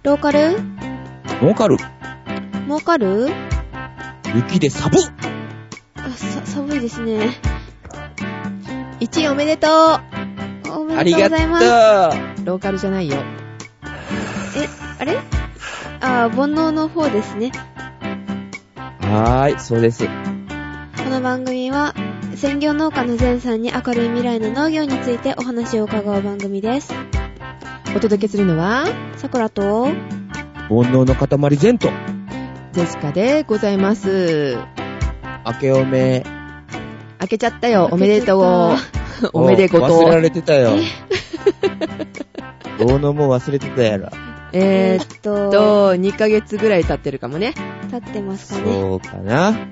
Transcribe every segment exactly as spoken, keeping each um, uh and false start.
ローカル儲かる儲かる雪で寒いあ、さ、寒いですね。 いちいおめでとう。 おめでとうございます。 ローカルじゃないよ。 え、あれあ、煩悩の方ですね。 はーい、そうです。 この番組は専業農家の前さんに明るい未来の農業についてお話を伺う番組です。 お届けするのはさくらと煩悩の塊ゼントジェシカでございます。 明けおめ開けちゃったよ。おめでとう。おめでごと。 忘れられてたよ。煩悩も忘れてたやろ。 えーっと、にかげつぐらい経ってるかもね。 経ってますかね。 そうかな。 うん。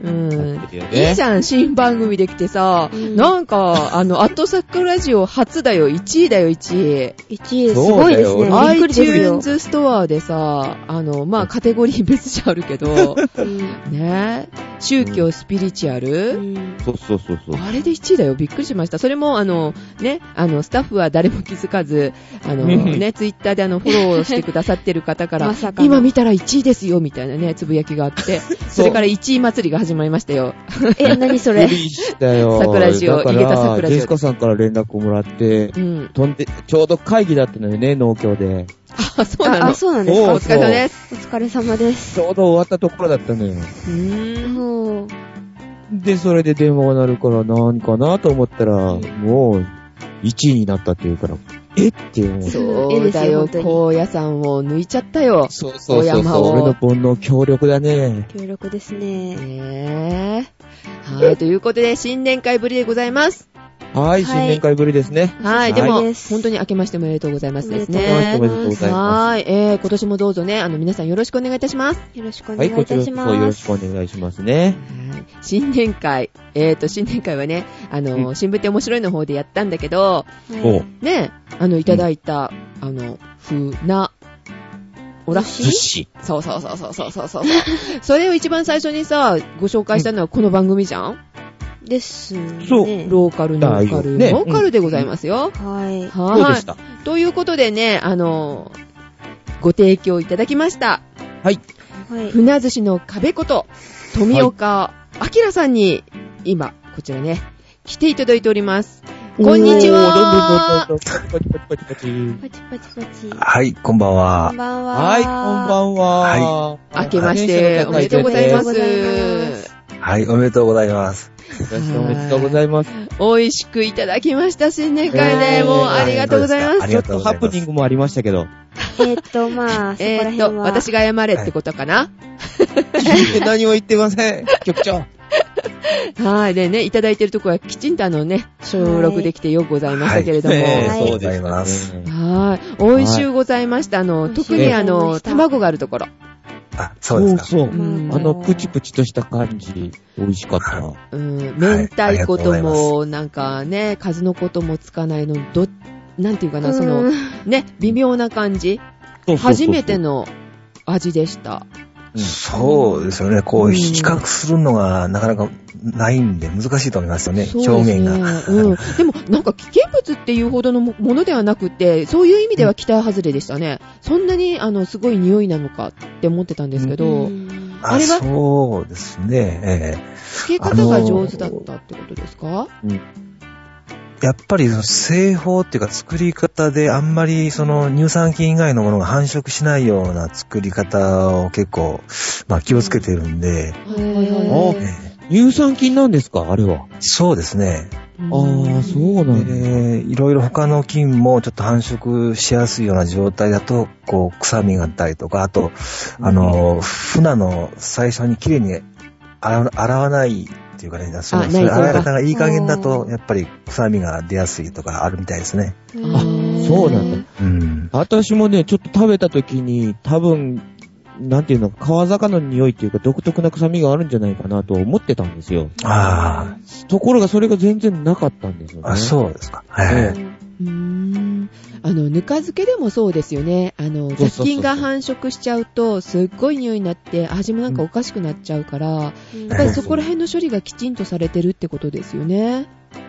いいじゃん、新番組できてさ。うん、なんか、あの、アットサッカーラジオ初だよ。いちいだよ、いちい。 いちいすごいですね。 iTunes ストアでさ、あの、まあ、カテゴリー別じゃあるけど、うん、ね、宗教、スピリチュアル、うん、 そうそうそうそう。 あれでいちいだよ。びっくりしました。それも、あの、ね、あの、スタッフは誰も気づかず、あの、ね、ツイッターであの、フォローしてくださってる方から、まさか今見たらいちいですよ、みたいなね、つぶやきがあって、それからいちい祭りが始まりましたよ。 え、何それ？ びっくりしたよ。 桜ジオ、入れた桜ジオ。 ジェスカさんから連絡をもらって、うん、飛んで、ちょうど会議だったのよね、農協で。 あ、そうなの？ あ、そうなんですか。 お疲れ様です。 お疲れ様です。 ちょうど終わったところだったのよ。うーん。 で、それで電話が鳴るから何かなと思ったら、うん、もう、いちいになったって言うから、えって思う。 そうだよ、高野山を抜いちゃったよ。 そうそうそうそう。俺の煩悩強力だね。 強力ですね。 ねえ。はい、ということで、新年会ぶりでございます。 はい、新年会ぶりですね。 はい、でも、本当に明けましておめでとうございますですね。 おめでとうございます。 はい、えー、今年もどうぞね、あの、皆さんよろしくお願いいたします。 よろしくお願いいたします。はい、こちらこそよろしくお願いしますね。 新年会、えーと、新年会はね、あの、うん、新聞って面白いの方でやったんだけど、はい、ね、あの、いただいた、うん、あの、ふな、おらししそうそうそうそうそうそうそう。それを一番最初にさ、ご紹介したのはこの番組じゃん？ ですね。 そう。 ローカル、ノーカル、ね、ノーカルでございますよ。 うん、はい。 はい。そうでした。ということでね、あの、ご提供いただきました。 はい。 船寿司の壁こと、富岡明さんに、今、こちらね、来ていただいております。こんにちは。 パチパチパチパチ。はい、こんばんは。 こんばんは。 はい、こんばんは。 はい。 明けまして、おめでとうございます。 はい、おめでとうございます。 おめでとうございます。 美味しくいただきました、新年会で。もうありがとうございます。 ちょっとハプニングもありましたけど。 えっと、まあ、そこら辺は。えっと、 私が謝れってことかな。 何も言ってません、局長。 はい。でね、いただいてるところはきちんとあのね、収録できてよくございましたけれども。はい。 はい、そうございます。 はい。美味しゅうございました。あの、特にあの、卵があるところ。 あ、そうですか。 そうそう。うん、あの、プチプチとした感じ、美味しかった。 うん。明太子とも、なんかね、数のこともつかないの、ど、なんていうかな、その、ね、微妙な感じ。そうそうそうそう。初めての味でした。 うん、そうですよね。こう、比較するのがなかなかないんで難しいと思いますよね。 そうですね、 表現が。 うん。でも、なんか危険物っていうほどのものではなくて、そういう意味では期待外れでしたね。うん、そんなに、あの、すごい匂いなのかって思ってたんですけど。うん、 あれはそうですね。ええー。付け方が上手だったってことですか？うん。 やっぱり製法っていうか作り方であんまりその乳酸菌以外のものが繁殖しないような作り方を結構まあ気をつけてるんで。 へー。乳酸菌なんですかあれは？ そうですね。 ああ、そうなんだ。 で、いろいろ他の菌もちょっと繁殖しやすいような状態だと、こう臭みがあったりとか、あと、あの、船の最初にきれいに洗わないっていうかね、その洗い方がいい加減だと、やっぱり臭みが出やすいとかあるみたいですね。 あ、そうなんだ。うん。私もね、ちょっと食べた時に、多分、なんていうの、川魚の匂いっていうか独特な臭みがあるんじゃないかなと思ってたんですよ。 ああ。ところがそれが全然なかったんですよね。 あ、そうですか。はい。 うーん。あの、ぬか漬けでもそうですよね。あの、雑菌が繁殖しちゃうと、すっごい匂いになって、味もなんかおかしくなっちゃうから、うん、やっぱりそこら辺の処理がきちんとされてるってことですよね。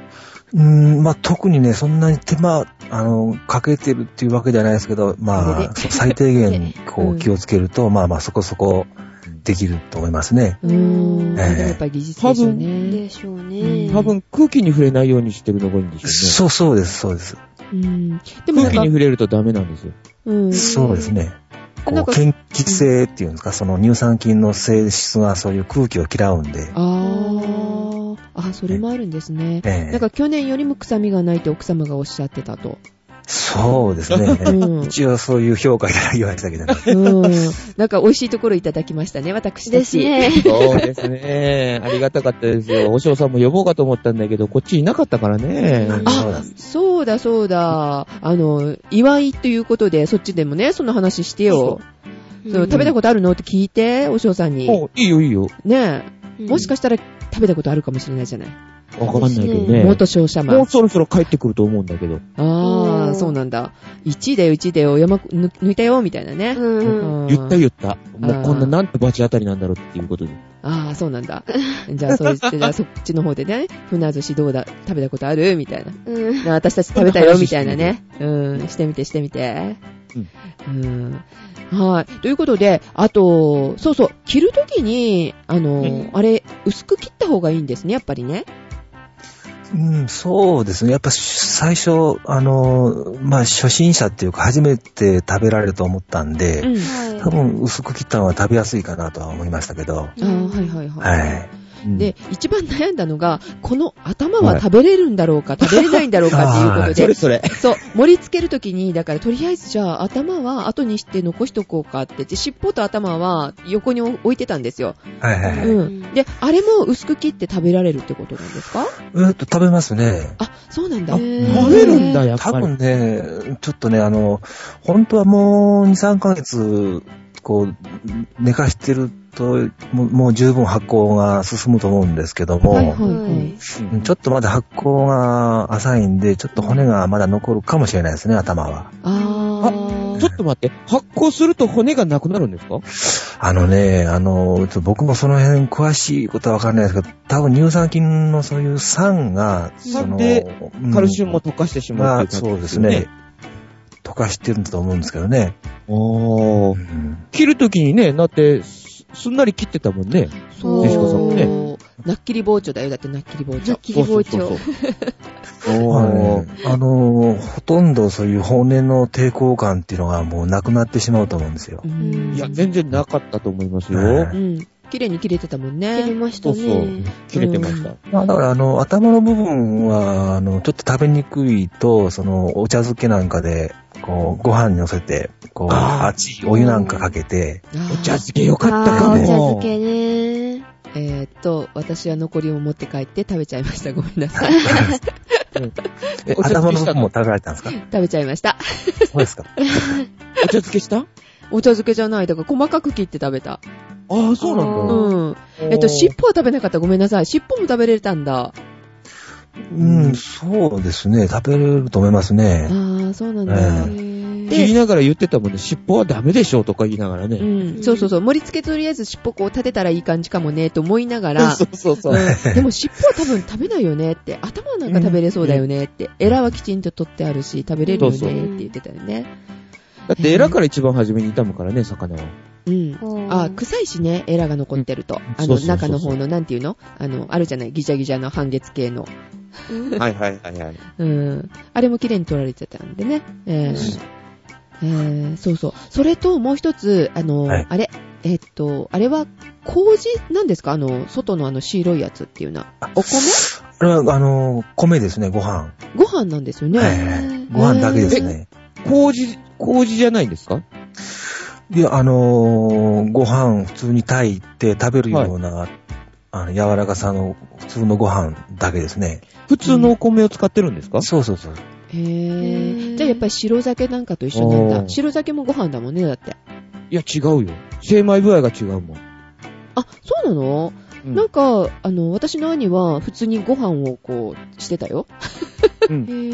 うーん、まあ、特にね、そんなに手間、あの、かけてるっていうわけではないですけど、まあ、最低限、こう、気をつけると、うん、まあまあ、そこそこできると思いますね。 うーん。えー、やっぱり技術でしょうね。 でしょうね。 多分、空気に触れないようにしてるのがいいんでしょうね。 そうそうです、そうです。 うん。 でも空気に触れるとダメなんですよ。 うん。そうですね。こう嫌気性っていうんですか、その乳酸菌の性質がそういう空気を嫌うんで。 ああ、あ、それもあるんですね。ええ、なんか去年よりも臭みがないと奥様がおっしゃってたと。 そうですね。うん、一応そういう評価いただきましたけどね。 うん。なんか美味しいところいただきましたね、私たち。 ですね。 そうですね。ありがたかったですよ。おしょうさんも呼ぼうかと思ったんだけど、こっちいなかったからね。 あ、そうだそうだ。あの、祝いということで、そっちでもね、その話してよ。そうそう、食べたことあるのって聞いて、おしょうさんに。 お、いいよいいよ。 ねえ、うん。もしかしたら食べたことあるかもしれないじゃない。 わかんないけどね。 元商社マン。 もうそろそろ帰ってくると思うんだけど。 ああ、そうなんだ。いちいだよ、いちいだよ、山抜いたよ、みたいなね。 うん、言った言った。もうこんななんてバチ当たりなんだろうっていうことで。 ああ、そうなんだ。じゃあ、そう言って、じゃあそっちの方でね、船寿司どうだ、食べたことあるみたいな。うん、私たち食べたよ、みたいなね。うん、してみて、してみて。うん。うん、はい。ということで、あと、そうそう、切るときに、あの、うん、あれ、薄く切った方がいいんですね、やっぱりね。 うん、そうですね。やっぱ最初、あの、まあ、初心者っていうか初めて食べられると思ったんで、うん、多分薄く切ったのは食べやすいかなとは思いましたけど。ああ、はいはいはい。 はい。 で、うん、一番悩んだのが、この頭は食べれるんだろうか、はい、食べれないんだろうかっていうことで。 それそれ。 そう、盛り付けるときに、だからとりあえずじゃあ頭は後にして残しとこうかって言って、尻尾と頭は横に置いてたんですよ。 はいはいはい。 うん。で、あれも薄く切って食べられるってことなんですか？ えっと、食べますね。 あ、そうなんだ。 食べるんだ、やっぱり。 多分ね、ちょっとね、あの、本当はもうに、さんかげつ、こう、寝かしてると、もう、もう十分発酵が進むと思うんですけども、はいはいはい、ちょっとまだ発酵が浅いんで、ちょっと骨がまだ残るかもしれないですね、頭は。 ああ、ちょっと待って、発酵すると骨がなくなるんですか？ あのね、あの、僕もその辺詳しいことはわかんないですけど、多分乳酸菌のそういう酸が、 その、で、カルシウムを溶かしてしまうっていう感じですね。 まあ、そうですね。溶かしてるんだと思うんですけどね。 おー。うん、切るときにね、だって、すんなり切ってたもんね。 そう。デシコさんもね。なっきり包丁だよ。だってなっきり包丁。 なっきり包丁。 そうそうそうそうおー。あのー、ほとんどそういう骨の抵抗感っていうのがもうなくなってしまうと思うんですよ。 いや、全然なかったと思いますよ。 うん。綺麗に切れてたもんね。 切れましたね。 そうそう。切れてました。 うん、だからあの、頭の部分は、あの、ちょっと食べにくいと、その、お茶漬けなんかで、こう、ご飯に乗せて、こう、熱いお湯なんかかけて。 お茶漬けよかったかも。 お茶漬けね。 えーっと、私は残りを持って帰って食べちゃいました。ごめんなさい。 え、頭の部分も食べられたんですか？ 食べちゃいました。 そうですか。 お茶漬けした？ お茶漬けじゃない。だから細かく切って食べた。 ああ、そうなんだ。 うん。えっと、尻尾は食べなかった。ごめんなさい。尻尾も食べれたんだ。 うん、そうですね。食べれると思いますね。 ああ、そうなんだ。えー、切りながら言ってたもんね。尻尾はダメでしょとか言いながらね。 うん。そうそうそう。盛り付けとりあえず尻尾こう立てたらいい感じかもね、と思いながら。 そうそうそう。 うん、でも尻尾は多分食べないよねって。頭なんか食べれそうだよねって。エラはきちんと取ってあるし、食べれるよねって言ってたよね。 だってエラから一番初めに傷むからね、魚は。 うん。あ、臭いしね、エラが残ってると。あの、中の方の、なんていうの？あの、あるじゃない、ギジャギジャの半月形の。 はいはいはいはい。 うん。あれも綺麗に取られてたんでね。えーえー、そうそう。それともう一つ、あの、はい、あれ、えー、っと、あれは、麹なんですか？あの、外のあの白いやつっていうのは。お米？ あれは、あの、米ですね、ご飯。 ご飯なんですよね。はいはい、 ご飯だけですね。 麹、麹じゃないんですか？ いや、あのー、ご飯普通に炊いて食べるような、はい、あの柔らかさの普通のご飯だけですね。 普通のお米を使ってるんですか？ うん、そうそうそう。 へー。じゃあやっぱり白酒なんかと一緒なんだ。白酒もご飯だもんね、だって。 いや、違うよ。精米具合が違うもん。 あ、そうなの？うん、なんか、あの、私の兄は普通にご飯をこう、してたよ。 うん。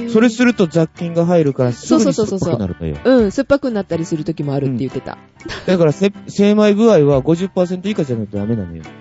それすると雑菌が入るからすぐに酸っぱくなるのよ。 そうそうそうそう。うん、酸っぱくなったりする時もあるって言ってた。 うん、だから、精米具合は ごじゅっパーセント 以下じゃないとダメなのよ。 ああ、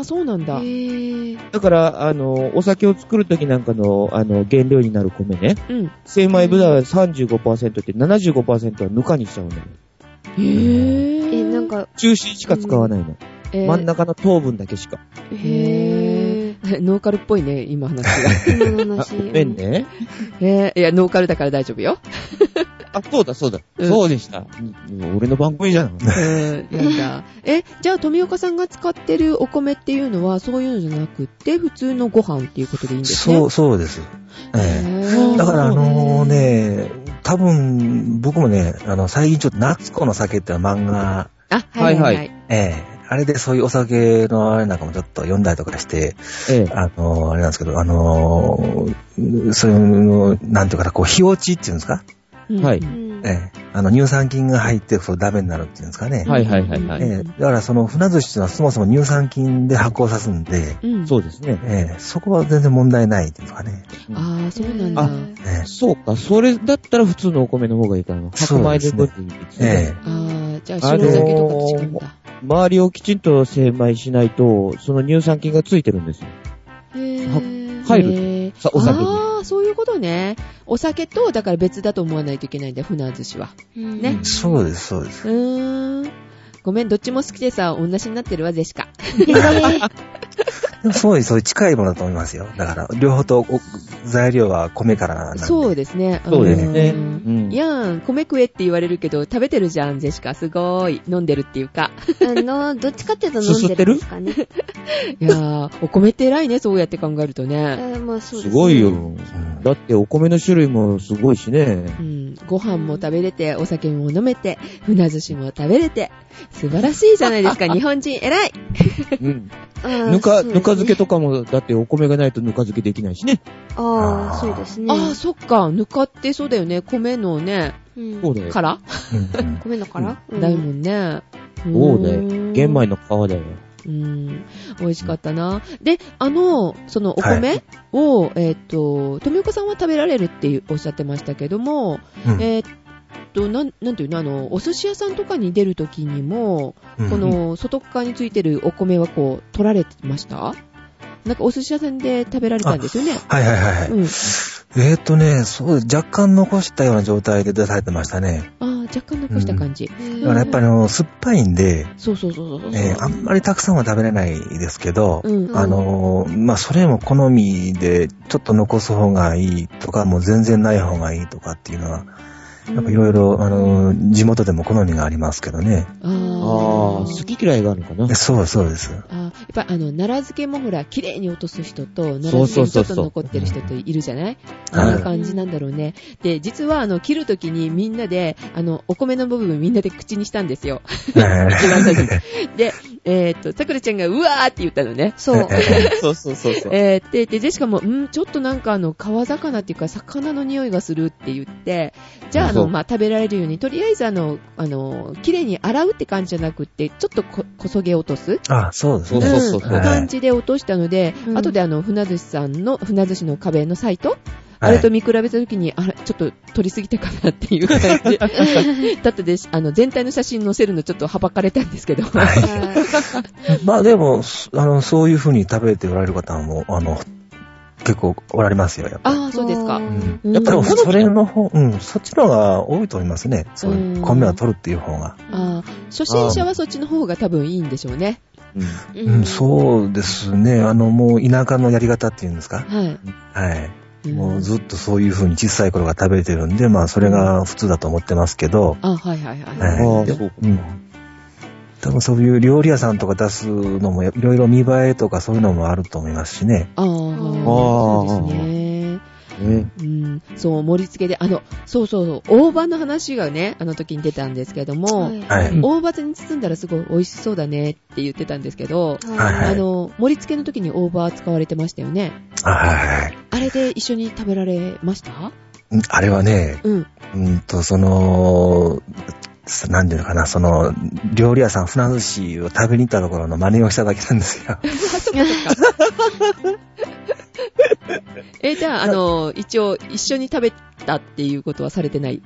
ー、そうなんだ。 へー。 だから、あの、お酒を作るときなんかの、あの、原料になる米ね。 うん。 精米部は さんじゅうごパーセント って ななじゅうごパーセント はぬかにしちゃうんだよ。 へー。 え、なんか、 中心しか使わないの。 えー、 真ん中の糖分だけしか。 へー。ノーカルっぽいね、今話が。 今の話。 麺ね。 えー、いや、ノーカルだから大丈夫よ。 あ、そうだそうだ。 うん、 そうでした。俺の番組じゃん。 うん、なんだ。え、じゃあ、富岡さんが使ってるお米っていうのは、そういうのじゃなくって、普通のご飯っていうことでいいんですね。 そう、そうです。ええ。だから、あのね、多分、僕もね、あの、最近ちょっと夏子の酒って漫画。 あ、はいはい、はい。 ええ。あれでそういうお酒のあれなんかもちょっと読んだりとかして、ええ、あの、あれなんですけど、あの、そういうの、なんていうかな、こう、日落ちっていうんですか？ はい。 ええ、あの、乳酸菌が入ってそうダメになるっていうんですかね。 はいはいはいはい。 ええ、だからその船寿司っていうのはそもそも乳酸菌で発酵さすんで、 うん、そうですね。 ええ、そこは全然問題ないっていうんですかね。 ああ、そうなんだ。 あ、ええ、そうか。それだったら普通のお米の方がいいかな。白米で分離できる。 ええ。 ああ、じゃあ白酒とか違うんだ。 周りをきちんと精米しないと、その乳酸菌がついてるんですよ。 へー。 入る。さ、お酒に。 ああ、そういうことね。お酒と、だから別だと思わないといけないんだよ、船寿司は。ね。 そうです、そうです。 うーん。ごめん、どっちも好きでさ、同じになってるわ、ジェシカ。 そうです、そういう近いものだと思いますよ。だから、両方と材料は米からなんで。 そうですね。 そうですね。うん。いやーん、米食えって言われるけど、食べてるじゃん、ジェシカ。すごーい。飲んでるっていうか。 あの、どっちかっていうと飲んでるんですかね。 いやー、お米って偉いね、そうやって考えるとね。 えー、まあそうですね。 すごいよ。だってお米の種類もすごいしね。 うん。ご飯も食べれて、お酒も飲めて、船寿司も食べれて、素晴らしいじゃないですか、日本人偉い。 うん。ぬか、ぬか漬けとかも、だってお米がないとぬか漬けできないしね。 ああ、そうですね。 ああ、そっか。ぬかってそうだよね。米のね、 うん、 そうだよ。 殻米の殻、 うん、だいもんね。 そうだよ。玄米の皮だよ。 うん。美味しかったな。で、あの、そのお米を、はい、えっ、ー、と、富岡さんは食べられるっておっしゃってましたけども、うん、えっ、ー、と、なん、なんていうの、あの、お寿司屋さんとかに出るときにも、うん、この外側についてるお米はこう、取られてました？なんかお寿司屋さんで食べられたんですよね。 はいはいはい。うん、えーとね、そうです。若干残したような状態で出されてましたね。 ああ、若干残した感じ。 うん、だからやっぱりあの、酸っぱいんで、 そうそうそうそう。 えー、あんまりたくさんは食べれないですけど、うん、あのー、まあ、それも好みで、ちょっと残す方がいいとか、もう全然ない方がいいとかっていうのは、なんかいろいろ、あのー、地元でも好みがありますけどね。 ああ、 好き嫌いがあるのかな。 そうそうです。 あ、やっぱあの、奈良漬けもほら、綺麗に落とす人と、奈良漬けにちょっと残ってる人といるじゃない？あんな感じなんだろうね。で、実はあの、切るときにみんなで、あの、お米の部分みんなで口にしたんですよ。一番最初に。で、えー、っと、さくらちゃんがうわーって言ったのね。 そう。 そうそうそうそう。 えー、で、で、ジェシカも、んちょっとなんかあの、川魚っていうか、魚の匂いがするって言って、じゃあ、あの、まあ、食べられるように、とりあえずあの、あの、綺麗に洗うって感じじゃなくって、ちょっとこ、こそげ落とす。 あ、そうですね。 うん、 そうそうそう。 感じで落としたので、うん、後であの、船寿司さんの、船寿司の壁のサイト、あれと見比べたときに、あれ、ちょっと撮りすぎたかなっていう感じ。だってで、あの、全体の写真載せるのちょっとはばかれたんですけど。はい、 まあでも、あの、そういう風に食べておられる方も、あの、結構おられますよ、やっぱり。 ああ、そうですか。 うん、やっぱりそれの方、うん、そっちの方が多いと思いますね。そういう米を取るっていう方が。 ああ、初心者はそっちの方が多分いいんでしょうね。 うん、うん、そうですね。あの、もう田舎のやり方っていうんですか。 はい。 はい。もうずっとそういう風に小さい頃が食べてるんで、まあそれが普通だと思ってますけど。 あ、はいはいはい。 はい。そううん。多分そういう料理屋さんとか出すのもいろいろ見栄えとかそういうのもあると思いますしね。 ああ、そうですね。ね、うん、そう、盛り付けで、あの、そうそうそう、大葉の話がね、あの時に出たんですけども、はい、大葉に包んだらすごい美味しそうだねって言ってたんですけど、はい、あの、盛り付けの時に大葉使われてましたよね。 はい。 あれで一緒に食べられました？ あれはね、うん、うんと、その、なんていうのかな、その、料理屋さん、船寿司を食べに行ったところの真似をしただけなんですよ。 え、じゃあ、あの、一応、一緒に食べたっていうことはされてない？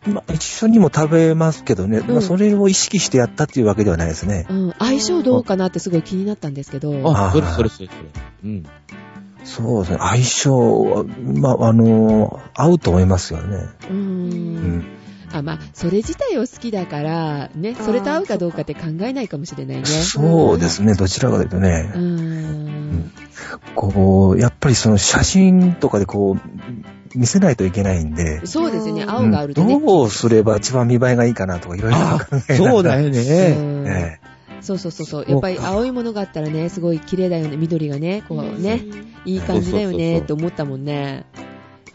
まあ、一緒にも食べますけどね、うん、まあ、それを意識してやったっていうわけではないですね。 うん、相性どうかなってすごい気になったんですけど。 あ、それそれそれそれ。うん。 そうですね。相性は、まあ、あの、合うと思いますよね。 うーん。うんあ、まあ、それ自体を好きだから、ね、それと合うかどうかって考えないかもしれないね。 そうですね、どちらかというとね。 うーん。 こう、やっぱりその写真とかでこう、見せないといけないんで。 そうですね、青があるとね。 どうすれば一番見栄えがいいかなとかいろいろ考えながら。 そうだよね。 ねそうそうそうそう。やっぱり青いものがあったらね、すごい綺麗だよね。緑がね、こうね、いい感じだよねって思ったもんね。うん、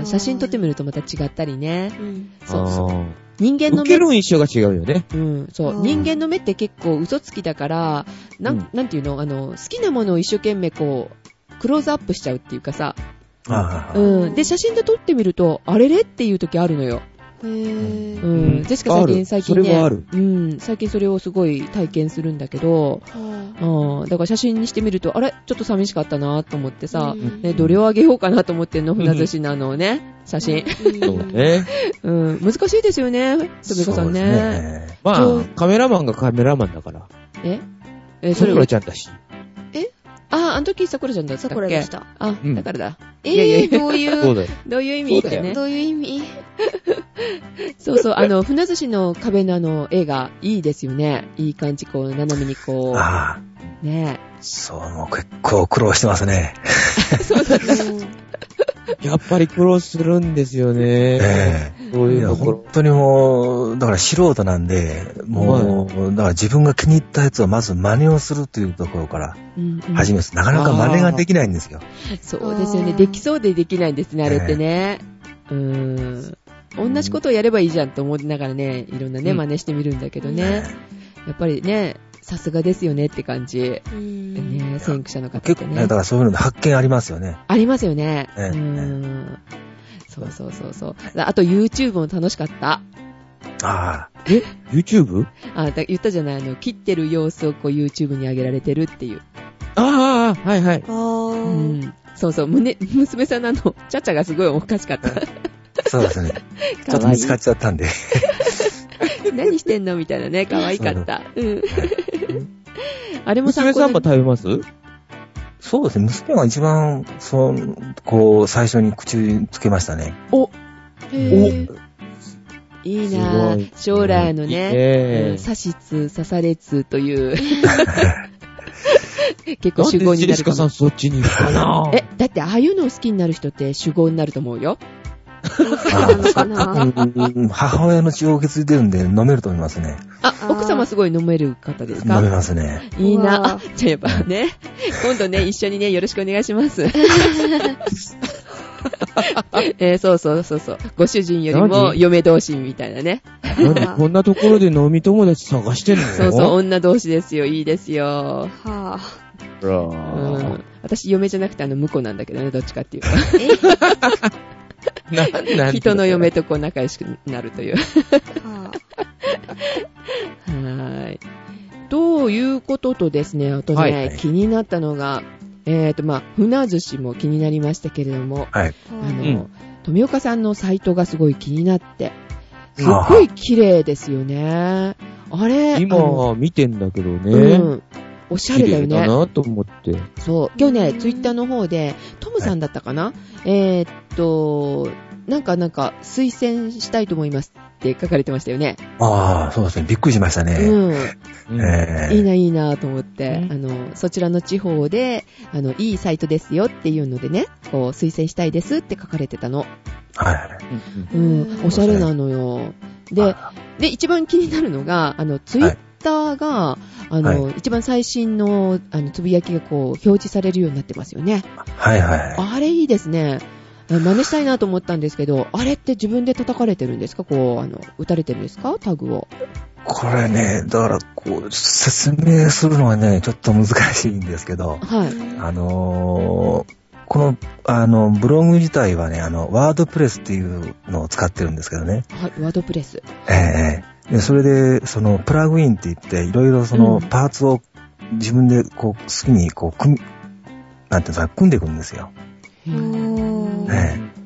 写真撮ってみるとまた違ったりね。うん、そうそう。人間の目。 受ける印象が違うよね。 うん、そう。人間の目って結構嘘つきだから、なん、うん、なんていうのあの、好きなものを一生懸命こう、クローズアップしちゃうっていうかさ。うん。で、写真で撮ってみると、あれれっていう時あるのよ。へー。うん。ジェシカ最近、最近ね。それはある。うん。最近それをすごい体験するんだけど、うん。だから写真にしてみると、あれちょっと寂しかったなと思ってさ、ね、どれをあげようかなと思ってんの、船寿司のあのね、写真。 そうね。 うん。難しいですよね、とべこさんね。 ねまあ、カメラマンがカメラマンだから。 ええ、それは。さくらちゃんだし。 えあ、あの時さくらちゃんだったっけ？さくらでした。あ、うん、だからだ。 えー、どういう、 どういう意味ってね。 どういう意味そうそう、あの、船寿司の壁のあの、絵がいいですよね。いい感じ、こう、斜めにこう。 ああ。 ねえ。そう、もう結構苦労してますね。 そうだった。 やっぱり苦労するんですよね。 ええー。そういうの本当にもう、だから素人なんで、もう、はい、だから自分が気に入ったやつをまず真似をするというところから始めます。うんうん、なかなか真似ができないんですよ。 そうですよね。できそうでできないんですね、あれってね。えー、うーん。同じことをやればいいじゃんと思いながらね、いろんなね、真似してみるんだけどね。うん、やっぱりね、さすがですよねって感じ。うん、ね、先駆者の方ってね。 結構ね、だからそういうので発見ありますよね。 ありますよね。ねうん。そうそうそうそう。あと YouTube も楽しかった。 ああ。 え ?YouTube? あ、だ言ったじゃない、あの、切ってる様子をこう YouTube に上げられてるっていう。 ああ、はいはい。 あうん。そうそう、胸、娘さんのあの、ちゃちゃがすごいおかしかった。 そうですね。ちょっと見つかっちゃったんで。 何してんのみたいなね、可愛かった。うん。あれも娘さんも食べます？ そうですね。娘が一番、そう、こう、最初に口につけましたね。 おへぇ。いいなぁ。将来のね、刺しつ、刺されつという。結構主語になる。 なんでジェシカさんそっちに行くかなえ、だってああいうのを好きになる人って主語になると思うよ。 母親の血を受け継いでるんで飲めると思いますね。 あ、奥様すごい飲める方ですか？ 飲めますね。 いいな。あ、じゃあやっぱね、今度ね、一緒にね、よろしくお願いします。えー、そうそうそうそう。ご主人よりも嫁同士みたいなね。 こんなところで飲み友達探してんの？ そうそう、女同士ですよ。いいですよ。はぁ、 あ。 うん。私、嫁じゃなくてあの、婿なんだけどね、どっちかっていうと。 えな人の嫁とこう仲良しくなるという。はーい。ということとですね、あとね、はいはい、気になったのが、えっと、まあ、船寿司も気になりましたけれども、 はい、 あの、うん、富岡さんのサイトがすごい気になって、すっごい綺麗ですよね。あれ今見てんだけどね。 うん。おしゃれだよね。 綺麗だなと思って。 そう。今日ね、ツイッターの方で、トムさんだったかな、はい、えー、っと、なんかなんか、推薦したいと思いますって書かれてましたよね。 ああ、そうですね。びっくりしましたね。 うん。 えー、 いいな、いいなと思って、あの、そちらの地方で、あの、いいサイトですよっていうのでね、こう、推薦したいですって書かれてたの。 はい。 うん、おしゃれなのよ。で、で、一番気になるのが、あの、ツイッターが、はい、あの、はい、一番最新の、あの、つぶやきがこう、表示されるようになってますよね。 はいはい。 あれいいですね。真似したいなと思ったんですけど、あれって自分で叩かれてるんですか？こう、あの、打たれてるんですか？タグを。 これね、だから、こう、説明するのはね、ちょっと難しいんですけど、 はい。 あのー、この、あの、ブログ自体はね、あの、ワードプレスっていうのを使ってるんですけどね。 はい、ワードプレス。 ええー。で、それで、その、プラグインって言って、いろいろその、パーツを自分で、こう、好きに、こう、組み、なんていうか、組んでいくんですよ。 へー。 ね、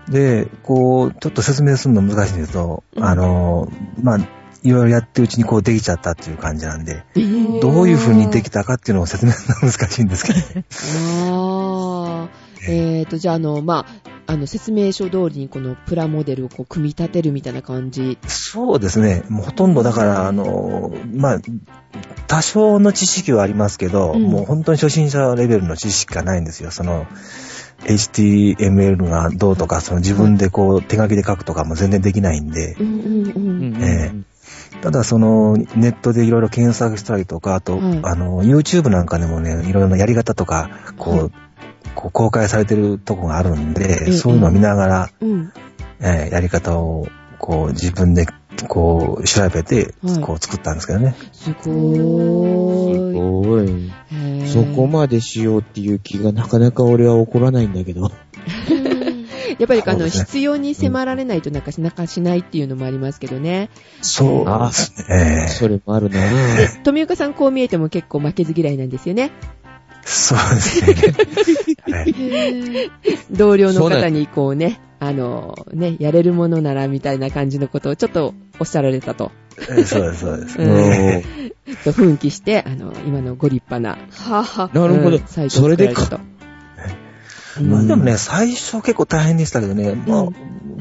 で、こう、ちょっと説明するの難しいんですけど、うん、あの、まあ、いろいろやってるうちにこうできちゃったっていう感じなんで、どういう風にできたかっていうのを説明するの難しいんですけどね。 あー。えーと、じゃあ、あの、まあ、あの、説明書通りにこのプラモデルをこう組み立てるみたいな感じ。 そうですね。もうほとんどだから、あの、まあ、多少の知識はありますけど、うん、もう本当に初心者レベルの知識がないんですよ。その、エイチティーエムエル がどうとか、その自分でこう手書きで書くとかも全然できないんで、うんうんうんえーただそのネットでいろいろ検索したりとか、あと、はい、あの YouTube なんかでもね、いろいろなやり方とかこう、はい、こう公開されてるとこがあるんで、そういうのを見ながら、うんえー、やり方をこう自分でこう調べて、はい、こう作ったんですけどね。 すごーい。 すごい。そこまでしようっていう気がなかなか俺は起こらないんだけど。 やっぱりあの、ね、必要に迫られないとなんかしなかしないっていうのもありますけどね。 そうですね。 それもあるな。 富岡さんこう見えても結構負けず嫌いなんですよね。 そうですね。はい、 同僚の方にこうね、あのね、やれるものならみたいな感じのことをちょっとおっしゃられたと。 そうです、そうです。うん、 と奮起して、あの、今のご立派な。 ははなるほど。 サイトを作られたと。 まあでもね、最初結構大変でしたけどね、まあ、うん、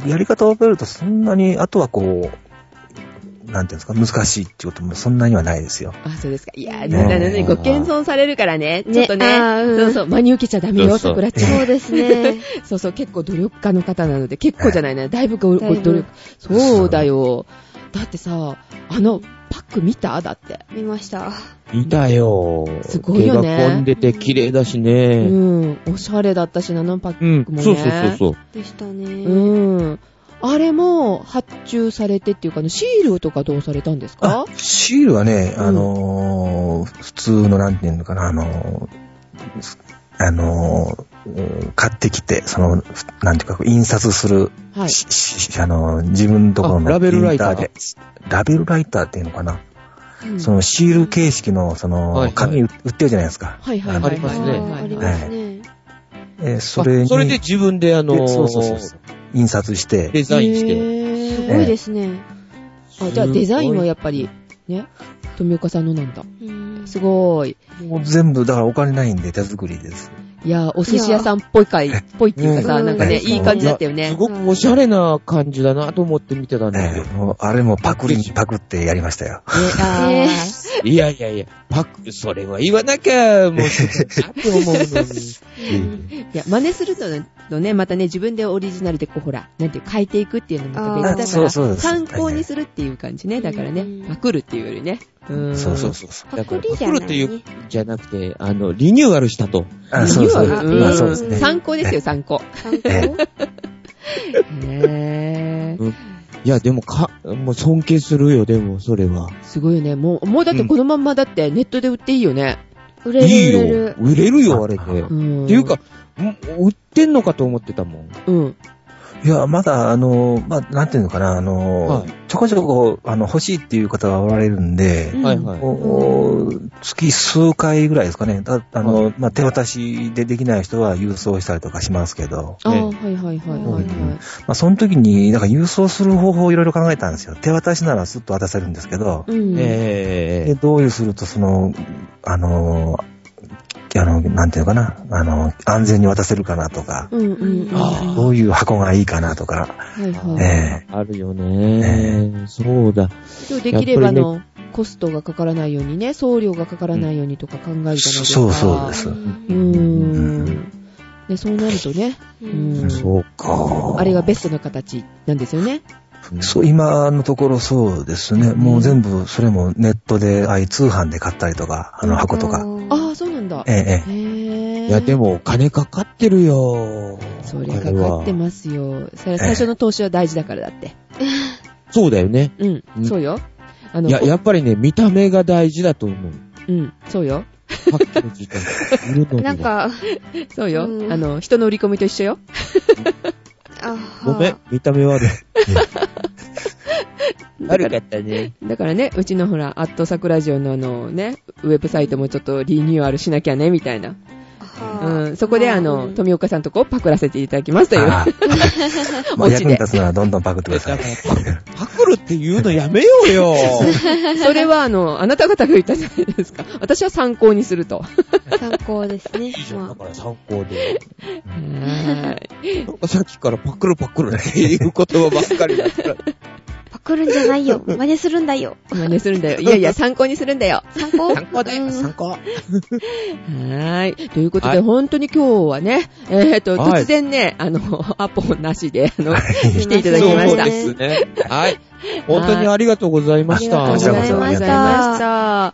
やり方を覚えるとそんなに、あとはこう、なんていうんですか、難しいっていうこともそんなにはないですよ。 あ、そうですか。いやー、だからね、ご謙遜されるからね、ちょっとね、ねうん、そうそう、真に受けちゃダメよ、桜ちゃん。 そうですね。 そうそう、結構努力家の方なので、結構じゃないな、だいぶご努力。そうだよ。だってさ、あの、パック見た？だって。 見ました。 見たよ。 すごいよね。 手が込んでて綺麗だしね。 うん。おしゃれだったしな、あのパックもね。うん、 そうそうそうそう。 でしたね。 うん。あれも発注されてっていうか、シールとかどうされたんですか？ シールはね、あのーうん、普通のなんていうのかな、あのー、あのー、買ってきて、その、なんていうか、印刷する、はい、あのー、自分のところのラベルライターで。 ラベルライターっていうのかな。うん、そのシール形式の、その、はいはい、紙売ってるじゃないですか。 はいはいはい。 ありますね。 ありますね。 えー、それに。 それで自分であのー、 そうそうそうそう。印刷して。 デザインして。 すごいですね。 あ、じゃあデザインはやっぱり、ね、富岡さんのなんだ。すごい。 もう全部、だからお金ないんで手作りです。 いや、お寿司屋さんっぽいかい、っぽいっていうかさ、なんかね、いい感じだったよね。 すごくおしゃれな感じだなと思って見てたんだけど。 えー、もうあれもパクリにパクってやりましたよ。 えー、いやいやいや、パク、それは言わなきゃ、もう、だって思うのに。 いや、真似するとね、またね、自分でオリジナルでこう、ほら、なんて変えていくっていうのもまた別だから、そうそう参考にするっていう感じね。だからね、パクるっていうよりね。 うんそうそうそう。 パクリじゃない、ね。パクるっていう、じゃなくて、あの、リニューアルしたと。 あ、そうそう。うん、そうですね。参考ですよ、参考。 参考ねぇー。いや、でもか、もう尊敬するよ、でも、それは。 すごいよね。もう、もうだってこのまんまだってネットで売っていいよね。 売れる。 いいよ。売れるよ、あれで。うん、っていうか、売ってんのかと思ってたもん。 うん。 いや、まだ、あの、まあ、なんていうのかな、あの、はい、ちょこちょこ、あの、欲しいっていう方がおられるんで、はいはい、月数回ぐらいですかね。だあの、はい、まあ、手渡しでできない人は郵送したりとかしますけど。 ああ、ね、はいはいはいはい、はい。まあ、その時に、なんか郵送する方法をいろいろ考えたんですよ。手渡しならスッと渡せるんですけど、うん、えー、でどういうすると、その、あの、あの、なんていうのかな、あの、安全に渡せるかなとか、うんうんうん、どういう箱がいいかなとか、はいはいえー、あるよね、えー、そうだ。 できれば、ね、あの、コストがかからないようにね、送料がかからないようにとか考えるじゃないですか。 そうそうです。うーん。で、そうなるとね、 うん、そうか。 あれがベストな形なんですよね。 そう、今のところそうですね。もう全部、それもネットで、ああいう通販で買ったりとか、あの箱とか。 ああ、そうなんだ。 ええ。 いや、でもお金かかってるよ。 それかかってますよ。それ最初の投資は大事だからだって。 そうだよね。 うん、そうよ。 あの、いや、やっぱりね、見た目が大事だと思う。 うん、そうよ。 パッケージで。 なんか、 そうよ。あの、人の売り込みと一緒よ。 ごめん、見た目悪い。悪かったね。 だからね、うちのほら、アットサクラジオのあのね、ウェブサイトもちょっとリニューアルしなきゃね、みたいな。 うん、そこであの、富岡さんとこをパクらせていただきますという。 もう役に立つのはどんどんパクってください。 パクるって言うのやめようよ。 それはあの、あなた方が言ったじゃないですか。私は参考にすると。 参考ですね。いいじゃん、だから参考で。 はい。 なんかさっきからパクるパクるっていう言葉ばっかりだったら。 パクるんじゃないよ。真似するんだよ。 真似するんだよ。いやいや、参考にするんだよ。 参考参考だよ、参考。はーい。ということで、はい、本当に今日はね、えっと、はい、突然ね、あの、アポなしで、あの、来ていただきました。 そうですね。はい。本当にありがとうございました。 ありがとうございました。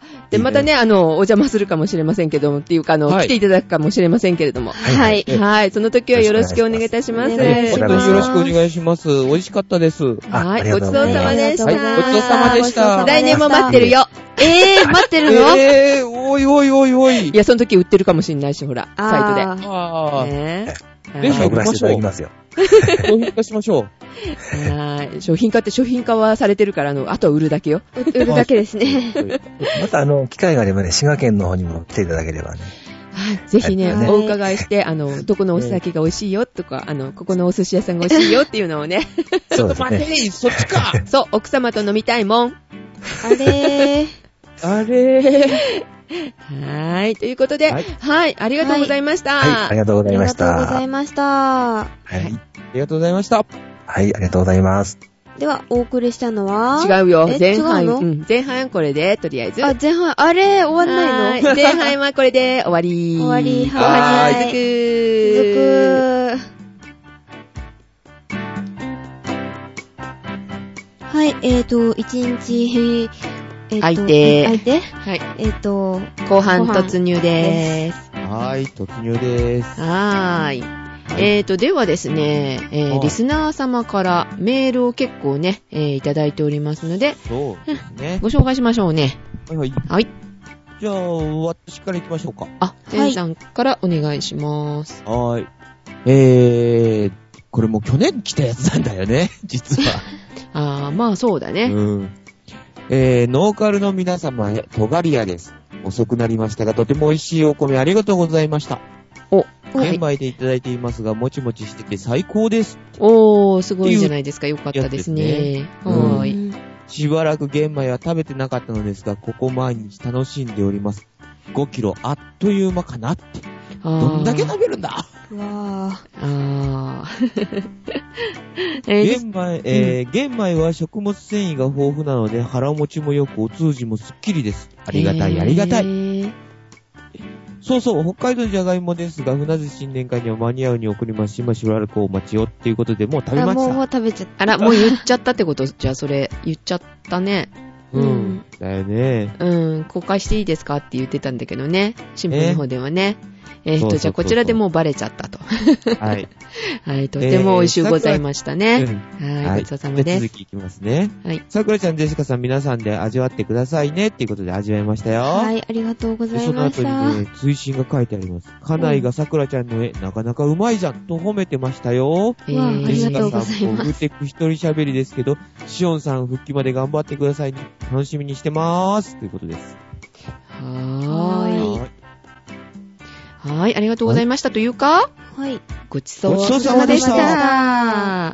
で、またね、あの、お邪魔するかもしれませんけども、っていうか、あの、はい、来ていただくかもしれませんけれども。 はい。 はい。その時はよろしくお願いいたします。 本当によろしくお願いします。美味しかったです。 はい。ごちそうさまでした。 はい。ごちそうさまでした。 来年も待ってるよ。 えー、待ってるのえー、おいおいおいおい。 いや、その時売ってるかもしれないし、ほら、サイトで。 ああ。 ねえ。ぜひ送らせていただきますよ。 商品化しましょう。はい。商品化って商品化はされてるから、あの、あとは売るだけよ。 売るだけですね。 また、あの、機会があればね、滋賀県の方にも来ていただければね。 はい。ぜひね、お伺いして、あの、どこのお酒が美味しいよとか、あの、ここのお寿司屋さんが美味しいよっていうのをね。 ちょっと待って、そっちか。 そう、奥様と飲みたいもん。 あれー。 あれー。 はい。ということで、はい、はい、ありがとうございました。 はい、はい、ありがとうございました。 ありがとうございました。 はい。 ありがとうございました。 はい、ありがとうございます。 では、お送りしたのは違うよ。前半、うん、前半これで、とりあえず。 あ、前半、あれ、終わんないの？ 前半はこれで終わり。 終わり、 はい。続く。 続く。はい、えーと、一日、えー、 相手。 相手はい。 えっ、ー、と、 後半突入でーす。 はい、突入でーす。 はーい。えーと、ではですね、えー、リスナー様からメールを結構ね、えー、いただいておりますので、 そうですね。 ご紹介しましょうね。 はいはい。 はい。 じゃあ、私から行きましょうか。 あ、センさんからお願いします。 はい。えー、これも去年来たやつなんだよね、実は。 あー、まあそうだね。 うん。えー、ノーカルの皆様へ、トガリアです。遅くなりましたが、とても美味しいお米ありがとうございました。 お、 玄米でいただいていますが、もちもちしてて最高です。 おー、すごいじゃないですか。よかったですね。はーい、うん。 しばらく玄米は食べてなかったのですが、ここ毎日楽しんでおります。ごキロあっという間かなって。どんだけ食べるんだ。 わー。 あー。 玄米、えー、玄米は食物繊維が豊富なので、腹持ちもよくお通じもすっきりです。ありがたい、ありがたい。そうそう、北海道じゃがいもですが、船津新年会には間に合うに送りますし、ましばらくお待ちよっていうことで、もう食べました。 あ、もう食べちゃった。 あら、もう言っちゃったってことじゃあ、それ、言っちゃったね。 うん。うん、だよね。 うん、公開していいですかって言ってたんだけどね。新聞の方ではね。えー、っと、じゃあこちらでもうバレちゃったと。はい。はい、とても美味しゅうございましたね。 えー、 はい、ごちそうさまです。 続きいきますね。 はい。 さくらちゃん、ジェシカさん、皆さんで味わってくださいねっていうことで味わいましたよ。 はい、ありがとうございました。 その後にね、追伸が書いてあります。家内がさくらちゃんの絵、なかなかうまいじゃんと褒めてましたよ。 えー、ありがとうございます。 グテク一人喋りですけど、シオンさん復帰まで頑張ってくださいね。楽しみにしてまーす。ということです。 はーい。はい、ありがとうございました。というか、 はい。 ごちそうさまでした。はい、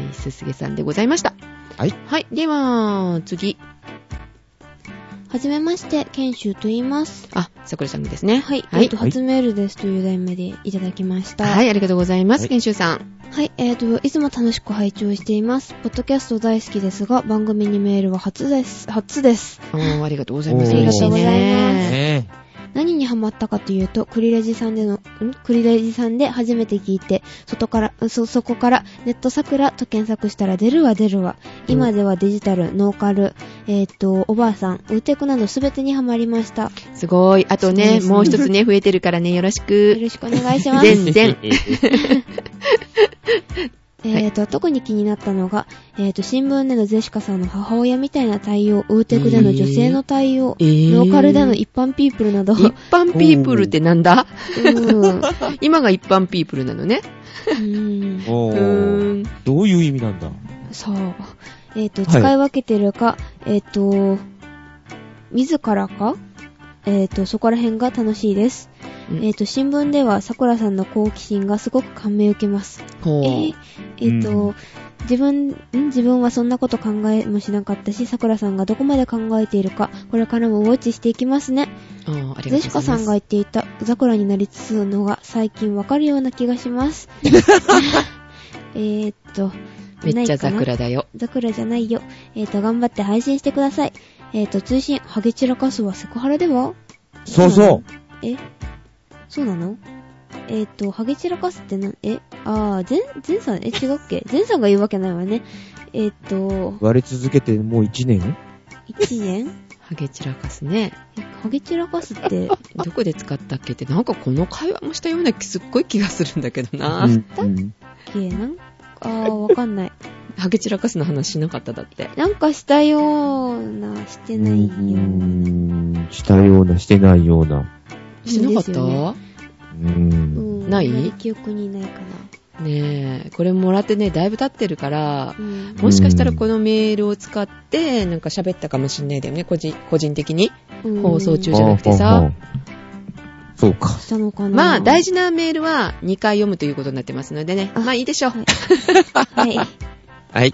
すすげさんでございました。 はい。 はい、では、次。 はじめまして、研修と言います。 あ、さくらちゃんですね。 はい。はい、えっと、初メールですという題名でいただきました。 はい、ありがとうございます、研修さん。 はい、えっと、いつも楽しく拝聴しています。ポッドキャスト大好きですが、番組にメールは初です。初です。 おー、ありがとうございます。 ありがとうございます。 ね何にハマったかというと、クリレジさんでの、んクリレジさんで初めて聞いて、外から、そ、そこからネット桜と検索したら出るわ出るわ。今ではデジタル、ノーカル、えっと、おばあさん、ウーテクなどすべてにハマりました。 すごい。あとね、もう一つね、増えてるからね、よろしく。 よろしくお願いします。 全然。 えーと、はい、特に気になったのが、えーと、新聞でのゼシカさんの母親みたいな対応、ウーテクでの女性の対応、えー、ノーカルでの一般ピープルなど。 一般ピープルってなんだ？うん、今が一般ピープルなのね。 うーんおー、どういう意味なんだ？ そう。えーと、使い分けてるか、はい、えーと、自らかえーと、そこら辺が楽しいです。 うん、えっ、ー、と、新聞では桜さんの好奇心がすごく感銘を受けます。ほう。えー、えー、と、うん、自分、ん自分はそんなこと考えもしなかったし、桜さんがどこまで考えているか、これからもウォッチしていきますね。 ああ、ありがとうございます。 ゼシカさんが言っていた桜になりつつのが最近わかるような気がします。えーっと、 めっちゃ桜だよ。 桜じゃないよ。えーっと、頑張って配信してください。えーっと、通信、ハゲ散らかすはセクハラでは？ そうそう。 えそうなの？えーっと、ハゲ散らかすってな、えあー、ゼン、ゼンさん、え、違うっけ？ゼンさんが言うわけないわね。えーっと、 割れ続けてもういちねん？ いち 年ハゲ散らかすね。 え、ハゲ散らかすって、 どこで使ったっけって、なんかこの会話もしたようなすっごい気がするんだけどな。 した、うん、っけなんあー、わかんない。 ハゲ散らかすの話しなかっただって。 なんかしたような、してないような。うーん、したような、してないような。 してなかった？ うーん。ない？ 記憶にないかな。ねえ、これもらってね、だいぶ経ってるから、うん、もしかしたらこのメールを使って、なんか喋ったかもしんないだよね、個人、個人的に。放送中じゃなくてさ。 そうか。 したのかな。 まあ、大事なメールはにかい読むということになってますのでね。まあいいでしょう。 はい。 はい。はい。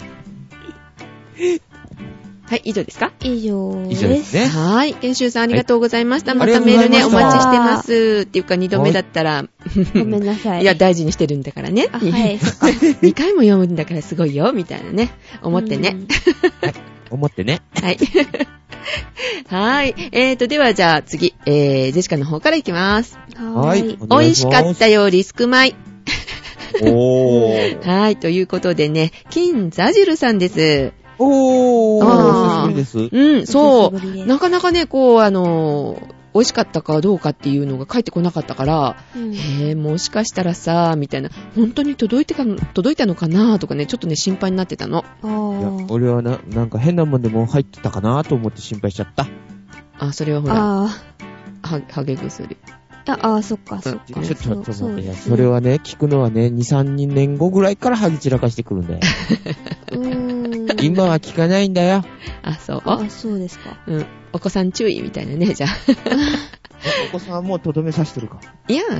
はい、以上ですか？ 以上です。 以上ですね。 はい。編集さんありがとうございました。はい、またメールね、お待ちしてます。っていうかにどめだったら。 ごめんなさい。 いや、大事にしてるんだからね。 はい、そっか。 にかいも読むんだからすごいよ、みたいなね。思ってね。 はい。思ってね。 はい。はい。えーと、ではじゃあ次、えー、ジェシカの方からいきます。 はい。 美味しかったよ、リスク米。 おー。 はい。ということでね、金ザジルさんです。 おー。 あー。久しぶりです。 うん、そう。なかなかね、こう、あのー、美味しかったかどうかっていうのが返ってこなかったから、うん、へぇ、もしかしたらさ、みたいな、本当に届いてか、届いたのかなとかね、ちょっとね、心配になってたの。 あー。 いや、俺はな、なんか変なもんでも入ってたかなと思って心配しちゃった。 あ、それはほら、 あは、ハゲ薬。 あ、あー、そっか、そっか。 ちょっと、ちょっと待って、いや、それはね、聞くのはね、に、さんねんごぐらいからハゲ散らかしてくるんだよ。 うーん。 今は聞かないんだよ。 あ、そう。 あ、そうですか。 うん。お子さん注意みたいなね、じゃあ。 お子さんはもうとどめさしてるか。 いや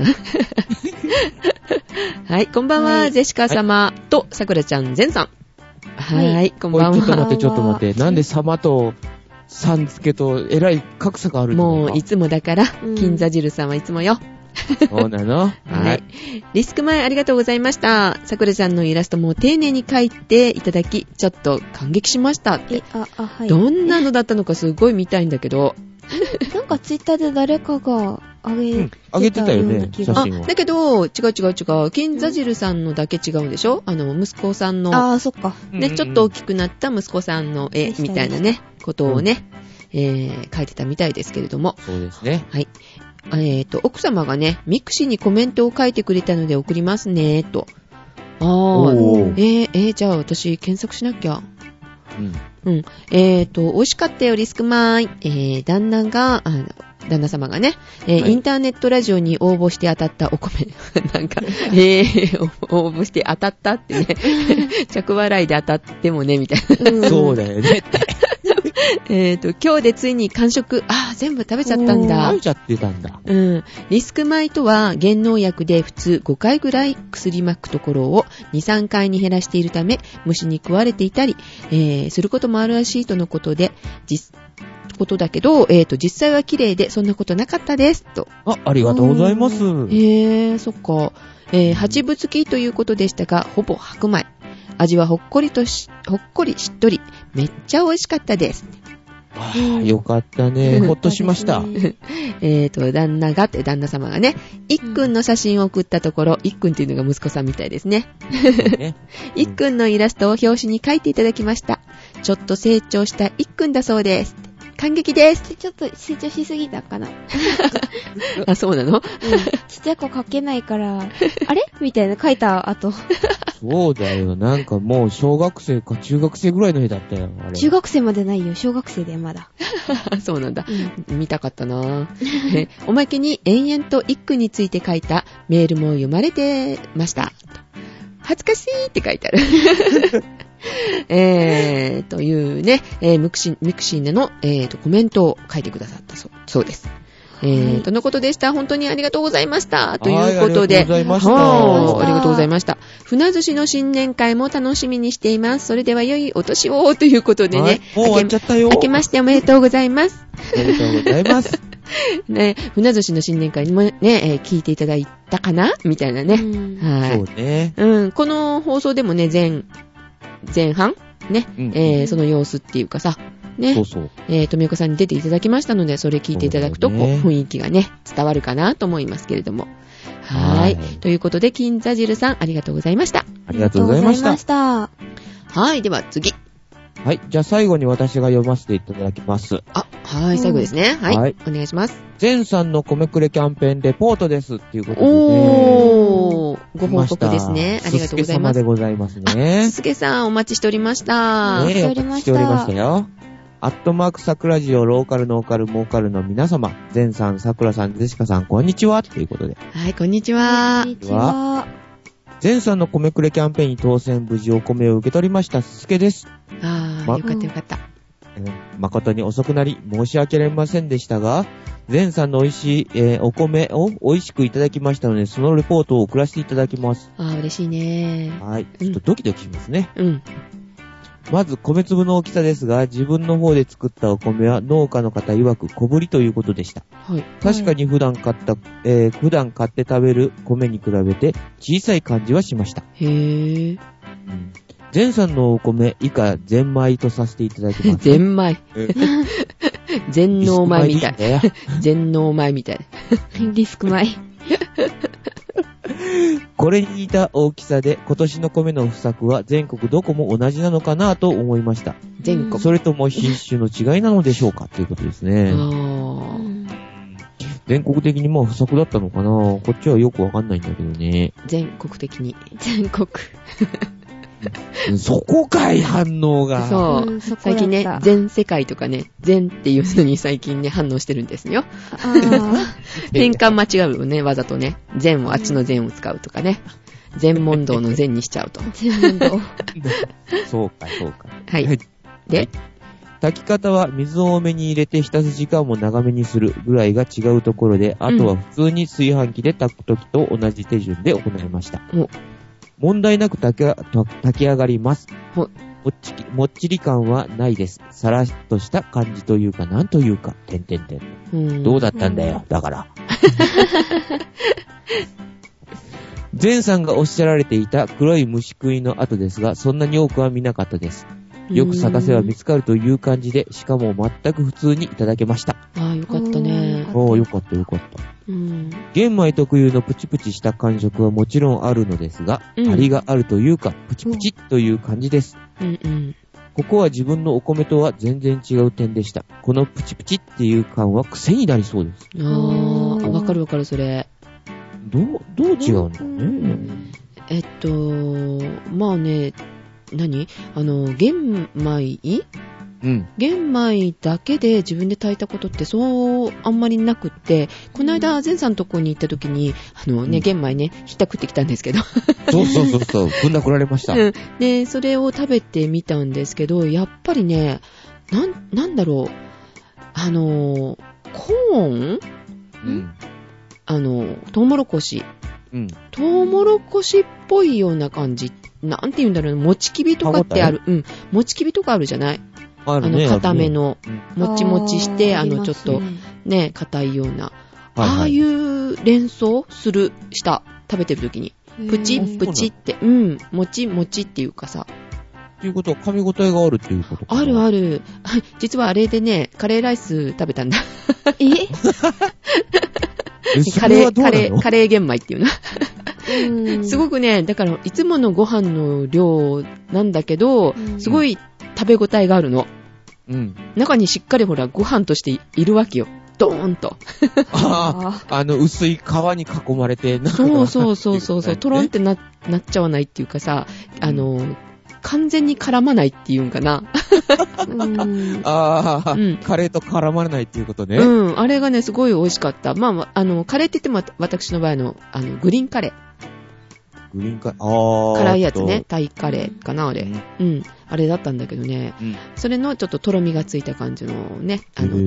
はい、こんばんは、はい、ジェシカ様と、さくらちゃん、ゼンさん。はい、はい、こんばんは。 ちょっと待って、ちょっと待って。なんで様と、さん付けと、えらい格差があるのか。 もう、いつもだから、うん、金座汁さんはいつもよ。 そうなのはい、はい。 リスク前ありがとうございました。さくらちゃんのイラストも丁寧に描いていただき、ちょっと感激しましたって。 え、あ、あ、はい。 どんなのだったのかすごい見たいんだけど。 なんかツイッターで誰かがあげ、うん、 あげてたよね、写真を。 あ、だけど、違う違う違う。金座汁さんのだけ違うんでしょ？あの、息子さんの。 ああ、そっか。 ね、ちょっと大きくなった息子さんの絵みたいなね、ことをね、うん、えー、描いてたみたいですけれども。 そうですね。 はい。えっと、奥様がね、ミクシーにコメントを書いてくれたので送りますね、と。あー、えー、えー、じゃあ私検索しなきゃ。うん。うん。えっと、美味しかったよ、リスクマイ。えー、旦那が、あの、旦那様がね、えーはい、インターネットラジオに応募して当たったお米。なんか、えー、応募して当たったってね。着笑いで当たってもね、みたいな。そうだよねって。 えっと、今日でついに完食。ああ、全部食べちゃったんだ。 食べちゃってたんだ。 うん。リスク米とは、減農薬で普通ごかいぐらい薬撒くところをに、さんかいに減らしているため、虫に食われていたり、えー、することもあるらしいとのことで、実、ことだけど、えっと、実際は綺麗で、そんなことなかったです。と。 あ、ありがとうございます。 へえ、そっか。えー、八分付きということでしたが、ほぼ白米。味はほっこりとし、ほっこりしっとり。めっちゃ美味しかったです。 ああ、よかったね。ほっとしました。 えっと、旦那がって、旦那様がね、いっくんの写真を送ったところ、いっくんっていうのが息子さんみたいですね。いっくんのイラストを表紙に描いていただきました。ちょっと成長したいっくんだそうです。感激です。 ちょっと成長しすぎたかな。 あ、そうなの？うん。 ちっちゃい子描けないから、あれみたいな書いた後。 そうだよ。なんかもう小学生か中学生ぐらいの絵だったよ。あれ。 中学生までないよ。小学生でまだ。 そうなんだ、うん。見たかったなぁ。おまけに延々と一句について書いたメールも読まれてました。恥ずかしいって書いてある。えー、というね、えー、ミクシー、ミクシーの、えーと、コメントを書いてくださったそう、そうです。 えー、はい、とのことでした。本当にありがとうございました。ということで、 ありがとうございました。 ありがとうございました。船寿司の新年会も楽しみにしています。それでは良いお年をということでね。 はい、もう終わっちゃったよ。 明けましておめでとうございます。 おめでとうございます。 ね、船寿司の新年会にもね、えー、聞いていただいたかなみたいなね。はい。 そうね。 うん、この放送でもね、前、前半ね、うん、えー、その様子っていうかさ、ね、 そうそう。 えー、富岡さんに出ていただきましたので、それ聞いていただくと、こう、雰囲気がね、伝わるかなと思いますけれども。はい。ということで、金座汁さん、ありがとうございました。 ありがとうございました。 した。 はい、では次。 はい、じゃあ最後に私が読ませていただきます。 あ、はい、最後ですね。はい、はい、お願いします。 全さんの米くれキャンペーンレポートですっていうことで、ね。 おー、ご報告ですね。ありがとうございます。 すすけ様でございますね。 すすけさん、お待ちしておりました。 ねえ、お待ちしておりましたよ。アットマーク桜ジオローカルノーカルモーカルの皆様、全さん、桜さん、ジェシカさん、こんにちはということで。 はい、こんにちは。 こんにちは。 全さんの米くれキャンペーンに当選無事お米を受け取りましたすすけです。 あー、ま、よかったよかった。 誠に遅くなり申し訳ありませんでしたが、全さんの美味しい、えー、お米を美味しくいただきましたので、そのレポートを送らせていただきます。 あー、嬉しいね。 はい。ちょっとドキドキしますね。 うん。 まず、米粒の大きさですが、自分の方で作ったお米は農家の方曰く小ぶりということでした。 はい。 確かに普段買った、えー、普段買って食べる米に比べて小さい感じはしました。 へー。 うん全さんのお米以下全米とさせていただきます。 全米。全農米みたい。全農米みたい。 リスク米。 これに似た大きさで今年の米の不作は全国どこも同じなのかなと思いました。 全国。 それとも品種の違いなのでしょうかということですね。 あ全国的にもう不作だったのかなこっちはよくわかんないんだけどね。 全国的に。 全国。 そこかい反応が。 そう。うん、そ最近ね、全世界とかね、全っていうのに最近ね、反応してるんですよ。あ変換間違うよね、わざとね。全をあっちの全を使うとかね。全問答の全にしちゃうと。 全問答。 そうか、そうか。 はい。で、はい、 炊き方は水を多めに入れて浸す時間も長めにするぐらいが違うところで、あとは普通に炊飯器で炊くときと同じ手順で行いました。うん問題なく炊き、炊き上がります。もっちり、もっちり感はないです。さらっとした感じというか、なんというか、てんてんてん。どうだったんだよ、だから。前さんがおっしゃられていた黒い虫食いの跡ですが、そんなに多くは見なかったです。よく探せば見つかるという感じで、しかも全く普通にいただけました。 ああ、よかったね。 ああ、よかったよかった。うん、玄米特有のプチプチした感触はもちろんあるのですが、うん、張りがあるというか、プチプチという感じです。うんうん、ここは自分のお米とは全然違う点でした。このプチプチっていう感は癖になりそうです。 ああ、わかるわかる、それ。 どう、どう違うんだろうね、うん。 えっと、まあね、何あの、玄米うん。玄米だけで自分で炊いたことってそうあんまりなくって、この間、前さんのとこに行った時に、あのね、うん、玄米ね、ひったくってきたんですけど。 そうそうそうそう、ぶんだくられました。 うん。で、それを食べてみたんですけど、やっぱりね、なん、なんだろう、あの、コーンうん。あの、トウモロコシ。うん。トウモロコシっぽいような感じ。なんて言うんだろう、もちきびとかってある。うん。もちきびとかあるじゃないあるね、あの、固めの、もちもちして、あの、ちょっと、ね、硬いような、ああいう連想する、した、食べてる時に。プチッ、プチって、うん、もちもちっていうかさ。 っていうことは、噛み応えがあるっていうことかな。 あるある。実はあれでね、カレーライス食べたんだ。えカレー、カレー、カレー玄米っていうの。うんすごくね、だから、いつものご飯の量なんだけど、すごい、食べ応えがあるの。うん。中にしっかりほら、ご飯としているわけよ。ドーンと。 ああ、あの、薄い皮に囲まれて、なんか。 そうそうそうそうそう、トロンってな、なっちゃわないっていうかさ、あの、うん、完全に絡まないっていうんかな。 うん、ああ、うん、カレーと絡まらないっていうことね。 うん、あれがね、すごい美味しかった。まあ、あの、カレーって言っても、私の場合の、あの、グリーンカレー。 グリーンカレー、あー。 辛いやつね。タイカレーかな、あれ。うん。うん、あれだったんだけどね、うん。それのちょっととろみがついた感じのね、あの、うん、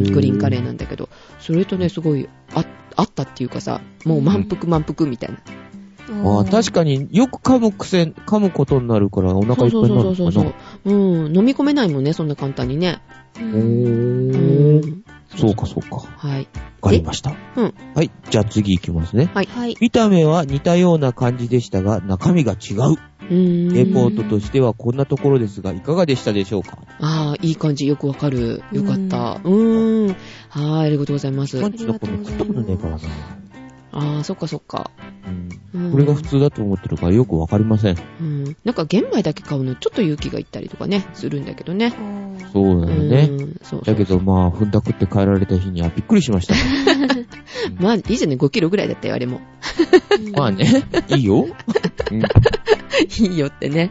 グリーンカレーなんだけど、それとね、すごい、あ、あったっていうかさ、もう満腹満腹みたいな。 ああ、確かによく噛む癖、噛むことになるからお腹いっぱいになるのかな。そうそうそうそう。 うん、飲み込めないもんね、そんな簡単にね。 うーん。そうかそうか。 はい。 わかりました。 うん。 はい。じゃあ次行きますね。 はい。はい。 見た目は似たような感じでしたが、中身が違う。うーん。レポートとしてはこんなところですが、いかがでしたでしょうか？ ああ、いい感じ。よくわかる。よかった。うーん。はい、ありがとうございます。 パンチのこの食ったことねえからな。 ああ、そっかそっか。 うん。これが普通だと思ってるからよくわかりません。 うん。なんか玄米だけ買うのちょっと勇気がいったりとかね、するんだけどね。 そうだよね。うん、そうそうそう。だけどまあ、踏んだくって帰られた日にはびっくりしました。 うん、まあ、いいじゃんね。ごキロぐらいだったよ、あれも。 まあね、いいよ。 うん、いいよってね。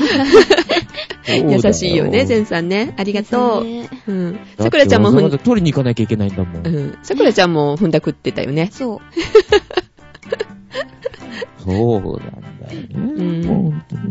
優しいよね、ゼンさんね。ありがとう。うん。さくらちゃんも踏んだ取りに行かなきゃいけないんだもん。 うん。さくらちゃんも踏んだくってたよね。 そう。 そうなんだよね。うん、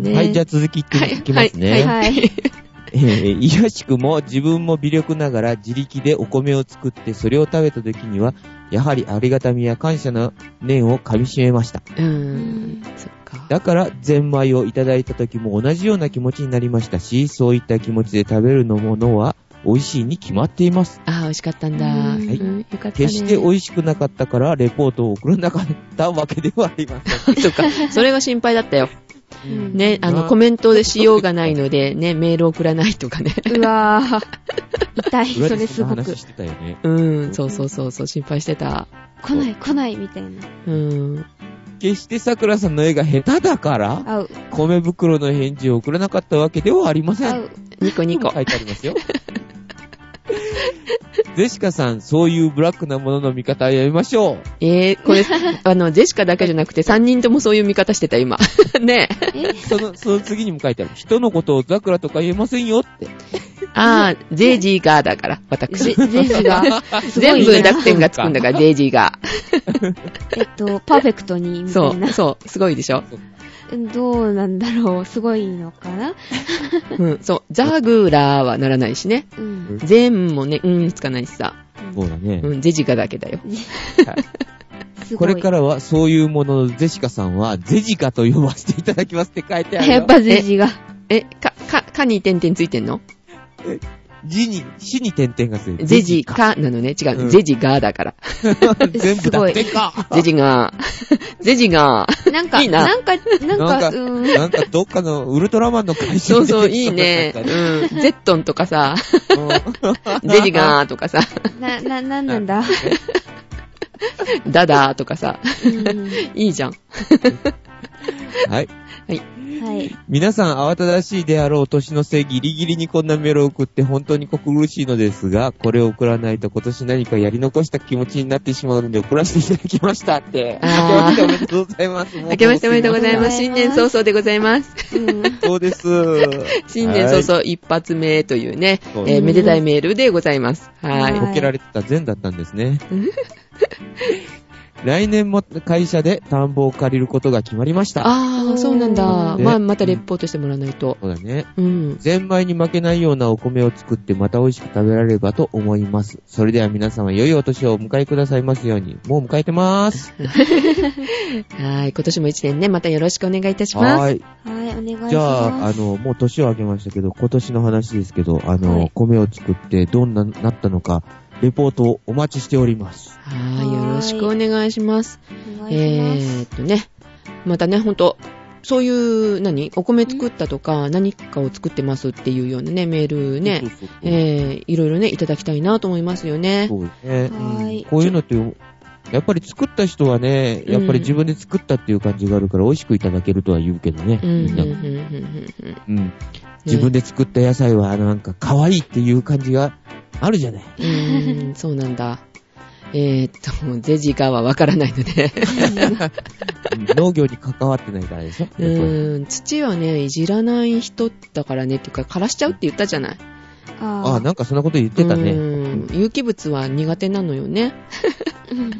ねはい、じゃあ続きいきますね。はい。はいはいえー、いやしくも自分も微力ながら自力でお米を作ってそれを食べた時にはやはりありがたみや感謝の念を噛み締めました。うーん、そっか。だからゼンマイをいただいた時も同じような気持ちになりましたし、そういった気持ちで食べるのものは美味しいに決まっています。 ああ、美味しかったんだ。はい。 うん、よかったね。決して美味しくなかったからレポートを送らなかったわけではありません。 そっか。それが心配だったよ。うん、ね、あの、コメントでしようがないので、ね、メール送らないとかね。 うわぁ。痛い、それすごく。 話してたよね。 うん、そうそうそうそう、心配してた。 来ない、来ない、みたいな。 うん。 決して桜さんの絵が下手だから、米袋の返事を送らなかったわけではありません。 ニコニコ。 書いてありますよ。ゼシカさん、そういうブラックなものの見方はやめましょう。 えー、これ、あの、ゼシカだけじゃなくてさんにんともそういう見方してた、今。ねえ。その、その次にも書いてある。人のことをザクラとか言えませんよって。 あー、ゼージーガーだから、私。 ゼージーガー。 全部濁点がつくんだから、ゼージーガー。えっと、パーフェクトに、みたいな。 そう、そう、すごいでしょ。 どうなんだろう、すごいのかな。 うん、そう、ザグラーはならないしね。うん。全もね、うんつかないしさ。 そうだね。 うん、ゼジカだけだよ。 はい、これからはそういうもののゼシカさんはゼジカと呼ばせていただきますって書いてあるよ。 やっぱゼジが。 え、か、か、かに点々ついてんの？ え字に、死に点々がついてる。 ゼジカなのね。違う。うん、ゼジガーだから。 全部だってか。 ゼジガー。ゼジガー。 なんか、いいな。なんか、なんか、 なんか、うん、なんかどっかのウルトラマンの会社そうそう、いいね。うん。ゼットンとかさ。ゼジガーとかさ。 な、な、なんなんだ。 ダダーとかさ。いいじゃん。 はい。 はい。 はい。 皆さん慌ただしいであろう年の瀬ギリギリにこんなメールを送って本当に心苦しいのですが、これを送らないと今年何かやり残した気持ちになってしまうので送らせていただきましたって。 あー。おめでとうございます。 明けましておめでとうございます。新年早々でございます。 うん、そうです。 新年早々一発目というね、うえー、めでたいメールでございます。はい。 ボケられてた善だったんですね。来年も会社で田んぼを借りることが決まりました。 ああ、そうなんだ。まあ、またレポートしてもらわないと。 そうだね。うん。ゼンマイに負けないようなお米を作ってまた美味しく食べられればと思います。それでは皆様良いお年をお迎えくださいますように。もう迎えてまーす。 はい。今年も一年ね、またよろしくお願いいたします。 はい。はい、お願いします。 じゃあ、あの、もう年を明けましたけど、今年の話ですけど、あの、はい、米を作ってどんななったのか、レポートをお待ちしております。 はい、よろしくお願いします。お願いします。えーっとね、またね、ほんと、そういう、何お米作ったとか、何かを作ってますっていうようなね、メールね、そうそうそうえー、いろいろね、いただきたいなと思いますよね。 そうですね。はい。こういうのって、やっぱり作った人はね、やっぱり自分で作ったっていう感じがあるから、美味しくいただけるとは言うけどね。うん。みんな。うん。自分で作った野菜は、なんか、可愛いっていう感じが、あるじゃない。 うーん、そうなんだ。えー、っと、ゼジガはわからないので。 農業に関わってないからでしょ。 うーん、土はね、いじらない人だからね、っていうか、枯らしちゃうって言ったじゃない。 ああ、なんかそんなこと言ってたね。うーん、有機物は苦手なのよね。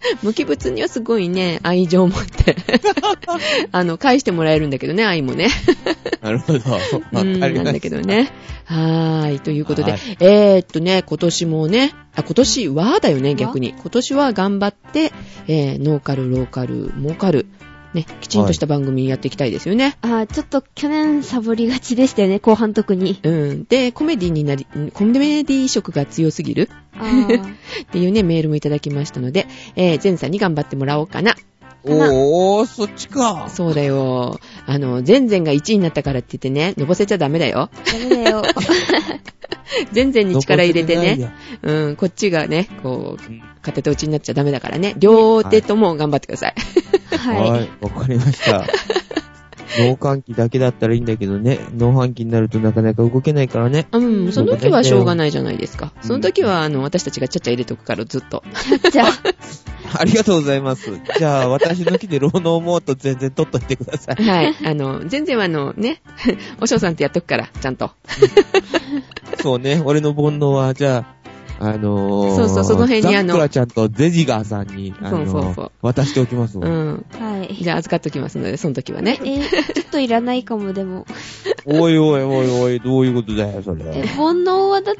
無機物にはすごいね、愛情を持って、あの、返してもらえるんだけどね、愛もね。 なるほど。わかりました。 なんだけどね。はーい。ということで、 はい、 えーっとね、今年もね、あ、今年はだよね、逆に。今年は頑張って、えー、ノーカル、ローカル、モーカル、ね、きちんとした番組やっていきたいですよね。 はい、あ、ちょっと去年サボりがちでしたよね、後半特に。 うん。で、コメディになり、コメディ色が強すぎるっていうね、メールもいただきましたので、えー、前さんに頑張ってもらおうかな。 おー、そっちか。 そうだよ。あの、前々がいちいになったからって言ってね、のぼせちゃダメだよ。 ダメだよ。 前々に力入れてね、うん、こっちがね、こう、片手落ちになっちゃダメだからね、両手とも頑張ってください。 はい。 はい、わかりました。脳換気だけだったらいいんだけどね、脳換気になるとなかなか動けないからね。 うん、その時はしょうがないじゃないですか。その時は、あの、私たちがちゃっちゃ入れとくからずっと。 ちゃっちゃ。 ありがとうございます。じゃあ、私の木で労農モード全然取っといてください。 はい。あの、全然あの、ね、おしょうさんってやっとくから、ちゃんと。 そうね、俺の煩悩は、じゃあ、あのー、 そうそう、その辺にあの、 ザクラちゃんとゼジガーさんに、あのー、 そうそうそう渡しておきますわ。 うん。 はい。 じゃあ預かっておきますので、その時はね。 えー、ちょっといらないかも、でも。 おいおいおいおい、どういうことだよ、それ。 え、煩悩はだって、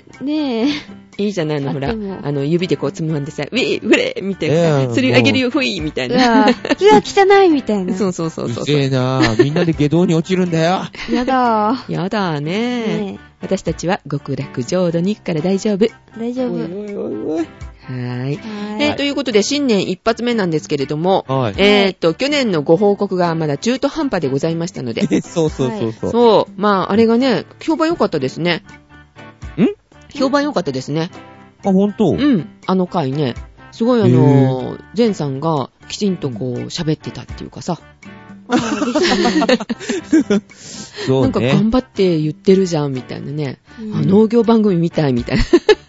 ねえ。 いいじゃないの、ほら。あの、指でこうつまんでさ、ウィー、フレーみたいな。 えー、 釣り上げるよ、ふいみたいな。 うわぁ、うわ汚いみたいな。 そうそうそうそう。 うぜえなぁ。みんなで下道に落ちるんだよ。 やだー。 やだーねー。ね私たちは極楽浄土に行くから大丈夫。 大丈夫。おいおいおいおい。 はーい。 はーいえー、ということで、新年一発目なんですけれども、 はい、 えーっと、去年のご報告がまだ中途半端でございましたので。 そうそうそうそう。 そう。まあ、あれがね、評判良かったですね。 ん評判良かったですね。 あ、ほんと？ うん。あの回ね。すごいあの、ジェンさんがきちんとこう喋ってたっていうかさ。 あーそうね。 なんか頑張って言ってるじゃんみたいなね。 うん、 あ農業番組みたいみたいな。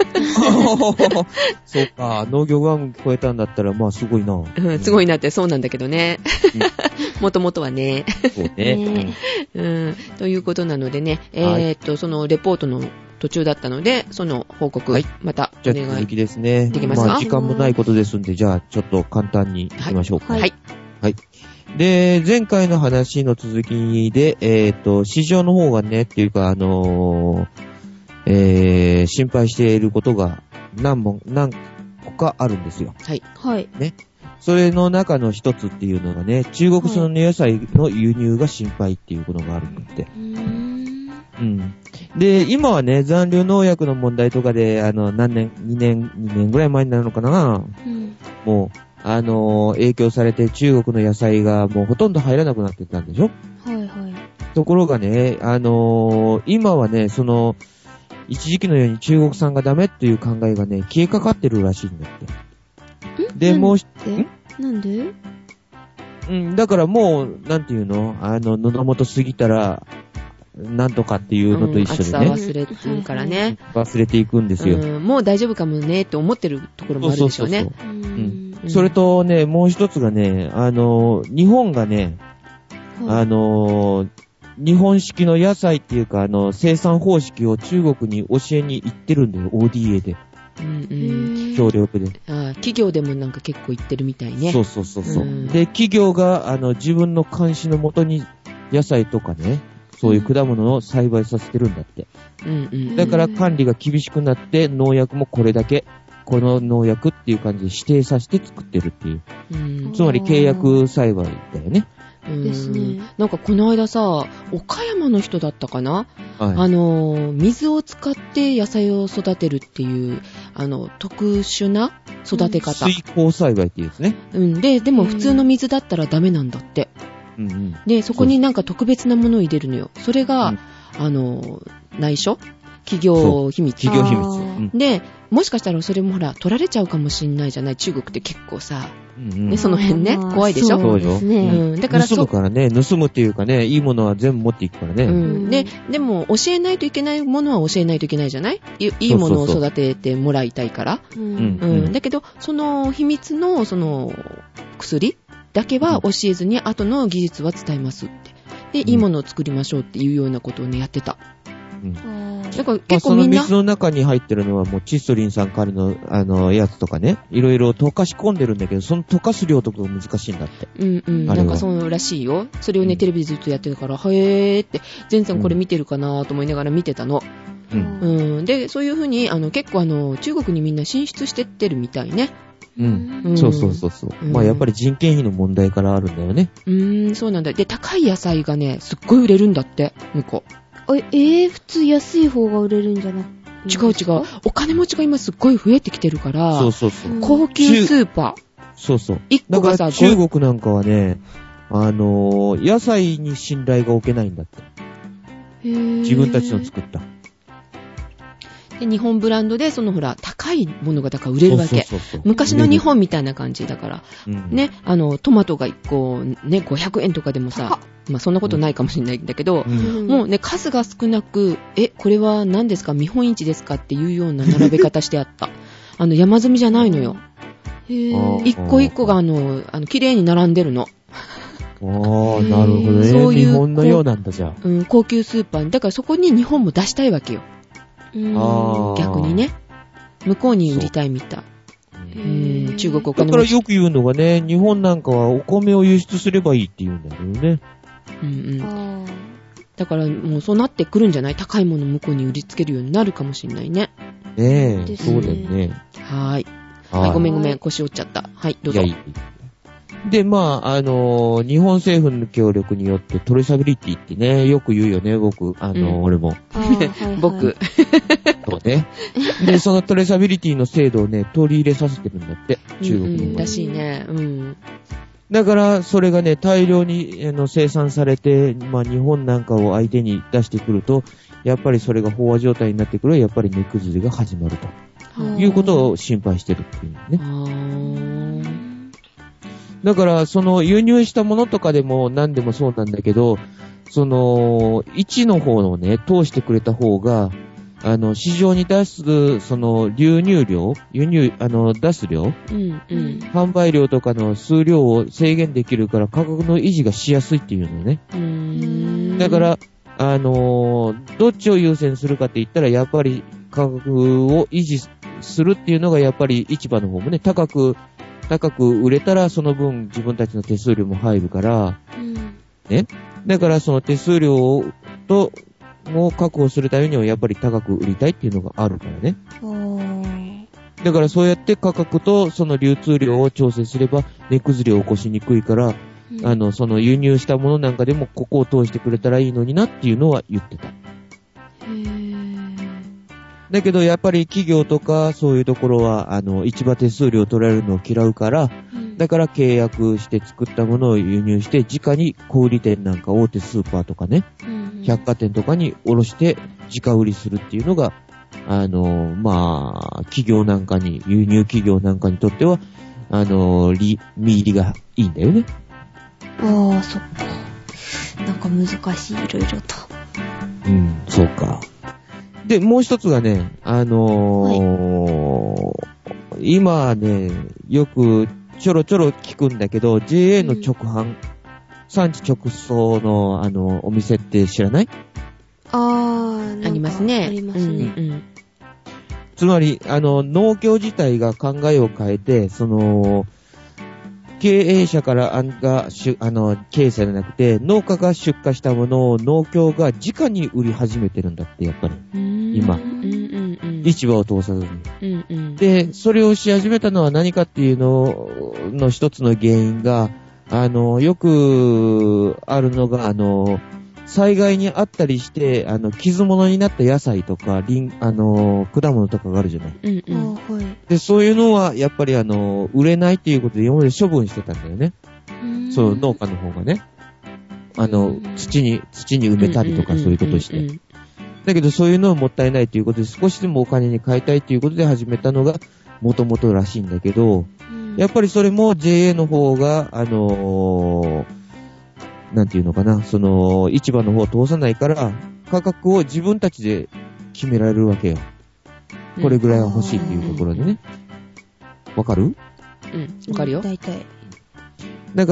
そうか、農業番組聞こえたんだったら、まあすごいな。 うん、すごいなってそうなんだけどね。もともとはね。 そうね、 ねうん。ということなのでね、えー、っと、そのレポートの途中だったので、その報告、はい、またお願いじゃあ続きですね。 できますか？ まあ時間もないことですんで、じゃあちょっと簡単に行きましょうか。 はい。はい。 はい。で、前回の話の続きで、えー、っと、市場の方がね、っていうか、あのー、えー、心配していることが何本、何個かあるんですよ。 はい。 はい。 ね。それの中の一つっていうのがね、中国産の野菜の輸入が心配っていうことがあるんだって。 うーん。 うん。で、今はね、残留農薬の問題とかで、あの、何年、にねん、にねんぐらい前になるのかな、 うん、 もう、あのー、影響されて中国の野菜がもうほとんど入らなくなってたんでしょ？ はいはい。 ところがね、あのー、今はね、その、一時期のように中国産がダメっていう考えがね、消えかかってるらしいんだって。で、もう、 なんで？ うん、だからもう、なんていうの？あの、喉元過ぎたら、なんとかっていうのと一緒でね。 うん、暑さ忘れっていうからね。 忘れていくんですよ。 うん、もう大丈夫かもねって思ってるところもあるでしょうね。 そうそうそうそう。うんうん、それとね、もう一つがね、あの、日本がね、はい、あの、日本式の野菜っていうか、あの、生産方式を中国に教えに行ってるんだよ、オーディーエー で。うんうん、協力で。 ああ、企業でもなんか結構行ってるみたいね。 そうそうそうそう、うん。で、企業が、あの、自分の監視のもとに野菜とかね、そういう果物を栽培させてるんだって。うんうん、だから管理が厳しくなって、農薬もこれだけ、この農薬っていう感じで指定させて作ってるっていう。うん、つまり契約栽培だよね。 うんですね。なんかこの間さ、岡山の人だったかな、はい、あの、水を使って野菜を育てるっていう、あの、特殊な育て方。 水耕栽培っていうですね。 うん。で、でも普通の水だったらダメなんだって。うんうん、で、そこになんか特別なものを入れるのよ。それが、うん、あの、内緒企業秘密。 企業秘密、うん。 で、もしかしたらそれもほら、取られちゃうかもしんないじゃない。中国って結構さ、うんうん、ね、その辺ね、怖いでしょ。 そうよ。 ね、 うん。だから盗むからね、盗むっていうかね、いいものは全部持っていくからね。 うん。で、でも教えないといけないものは教えないといけないじゃない？いいものを育ててもらいたいから。そうそうそう。うん。うん。だけど、その秘密の、その、薬だけは教えずに、後の技術は伝えますって。で、いいものを作りましょうっていうようなことをね、やってた。うん。 だから結構みんな、 まあ、その水の中に入ってるのはもうチッソリン酸カリのあのやつとかね、いろいろ溶かし込んでるんだけど、その溶かす量とかが難しいんだって。 うんうん。なんかそうらしいよ。それをね、うん、テレビでずっとやってたから、はえーって、全さんこれ見てるかなと思いながら見てたの。うん。うん、で、そういう風に、あの、結構あの、中国にみんな進出してってるみたいね。 うん。うん、そうそうそうそう。うん、まあやっぱり人件費の問題からあるんだよね。 うーん、そうなんだ。で、高い野菜がね、すっごい売れるんだって、向こう。 えー、普通安い方が売れるんじゃなくて。 違う違う。お金持ちが今すっごい増えてきてるから。 そうそうそう。 高級スーパー。 そうそう。 一個がさ、 中国なんかはね、あのー、野菜に信頼が置けないんだって。へー。自分たちの作った。 で、日本ブランドで、そのほら、高いものがだから売れるわけ。そうそうそうそう。昔の日本みたいな感じだから。うん、ね、あの、トマトがいっこ、ね、ごひゃくえんとかでもさ、まあそんなことないかもしれないんだけど、うん、もうね、数が少なく、え、これは何ですか見本市ですかっていうような並べ方してあった。あの、山積みじゃないのよ。へぇ。一個一個があの、あの、綺麗に並んでるの。 ああ、なるほどね。そういう。日本のようなんだじゃあ。 うん、高級スーパーに。だからそこに日本も出したいわけよ。うーん、逆にね。向こうに売りたいみたい。うん、中国お金持ち。 だからよく言うのがね、日本なんかはお米を輸出すればいいって言うんだよね。 うんうん。だからもうそうなってくるんじゃない？高いもの向こうに売りつけるようになるかもしれないね。 ねえ、そうだよね。 はーい。はい、ごめんごめん、腰折っちゃった。はい、どうぞ。いやいいで、まあ、あのー、日本政府の協力によってトレーサビリティってね、よく言うよね、僕、あのーうん、俺も。 僕。 そうね。で、そのトレーサビリティの制度をね、取り入れさせてるんだって、中国に、 うんうん。らしいね。うん。 だから、それがね、大量にあの生産されて、まあ、日本なんかを相手に出してくると、やっぱりそれが飽和状態になってくると、やっぱり値崩れが始まると。いうことを心配してるっていうね。だから、その輸入したものとかでも何でもそうなんだけど、その、いちの方をね、通してくれた方が、あの、市場に出す、その、流入量、輸入、あの、出す量、うんうん、販売量とかの数量を制限できるから価格の維持がしやすいっていうのね。うーんだから、あの、どっちを優先するかって言ったら、やっぱり価格を維持するっていうのが、やっぱり市場の方もね、高く、高く売れたらその分自分たちの手数料も入るから、うん、ね。だからその手数料と、も確保するためにはやっぱり高く売りたいっていうのがあるからね。だからそうやって価格とその流通量を調整すれば値崩れを起こしにくいから、うん、あの、その輸入したものなんかでもここを通してくれたらいいのになっていうのは言ってた。だけどやっぱり企業とかそういうところはあの市場手数料取られるのを嫌うから、うん、だから契約して作ったものを輸入して直に小売店なんか大手スーパーとかね、うんうん、百貨店とかに卸して直売りするっていうのがあのまあ企業なんかに輸入企業なんかにとってはあの利見入りがいいんだよね。 ああそっか。なんか難しいいろいろと。 うんそうか。で、もう一つがね、あのーはい、今ね、よくちょろちょろ聞くんだけど、ジェーエー の直販、うん、産地直送のあの、お店って知らない？ あー、 ありますね。 ありますね。うんうん、 つまり、あの、農協自体が考えを変えて、その、経営者からあんが、あの、経営者じゃなくて、農家が出荷したものを農協が直に売り始めてるんだって、やっぱり。今、うんうんうん。市場を通さずに、うんうん。で、それをし始めたのは何かっていうのの一つの原因が、あの、よくあるのが、あの、災害にあったりして、あの、傷物になった野菜とか、リン、あの、果物とかがあるじゃない。うんうん。はい。で、そういうのは、やっぱりあの、売れないっていうことで今まで処分してたんだよね。そう、農家の方がね。あの、土に、土に埋めたりとかそういうことして。だけどそういうのはもったいないということで、少しでもお金に変えたいということで始めたのが、元々らしいんだけど、やっぱりそれも ジェーエー の方が、あのー、なんていうのかな、その、市場の方を通さないから、価格を自分たちで決められるわけよ。これぐらいは欲しいっていうところでね。わかる？ うん、わかるよ。 大体。 だから、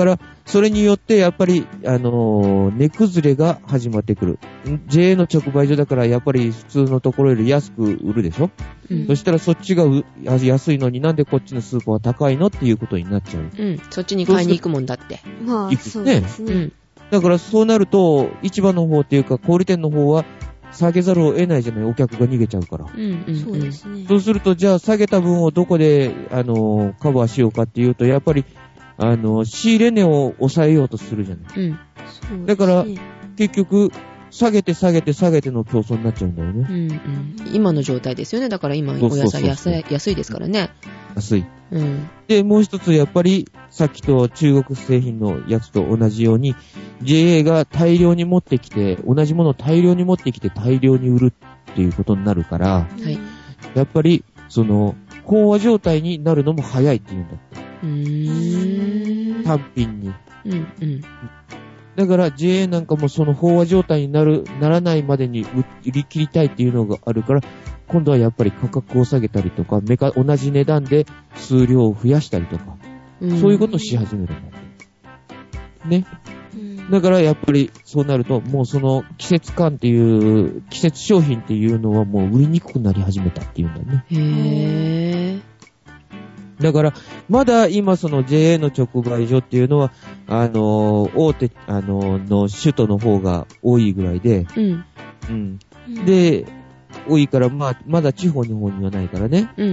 それによってやっぱり、あのー、値崩れが始まってくる。ジェーエー の直売所だからやっぱり普通のところより安く売るでしょ、うん、そしたらそっちが安いのになんでこっちのスーパーは高いのっていうことになっちゃう。 うん。そっちに買いに行くもんだって。 まあ、そうですね。うん。 だからそうなると、市場の方っていうか小売店の方は下げざるを得ないじゃない、お客が逃げちゃうから。 うんうんうん、そうですね。 そうすると、じゃあ下げた分をどこで、あのー、カバーしようかっていうと、やっぱり、あの、仕入れ値を抑えようとするじゃない。うん。そうですね。だから、結局、下げて下げて下げての競争になっちゃうんだよね。うんうん。今の状態ですよね。だから今、お野菜安い、安いですからね。 安い。うん。で、もう一つ、やっぱり、さっきと中国製品のやつと同じように、ジェーエー が大量に持ってきて、同じものを大量に持ってきて大量に売るっていうことになるから、はい。やっぱり、その、飽和状態になるのも早いっていうんだって。うーん。単品に。うんうん。だから ジェーエー なんかもその飽和状態になる、ならないまでに売り切りたいっていうのがあるから、今度はやっぱり価格を下げたりとか、メカ、同じ値段で数量を増やしたりとか、そういうことをし始めるんだ。ね。だからやっぱりそうなると、もうその季節感っていう、季節商品っていうのはもう売りにくくなり始めたっていうんだね。へー。だから、まだ今その ジェーエー の直売所っていうのは、あのー、大手、あのー、の首都の方が多いぐらいで、うん。うん。で、多いから、まあ、まだ地方の方にはないからね。うん。うん、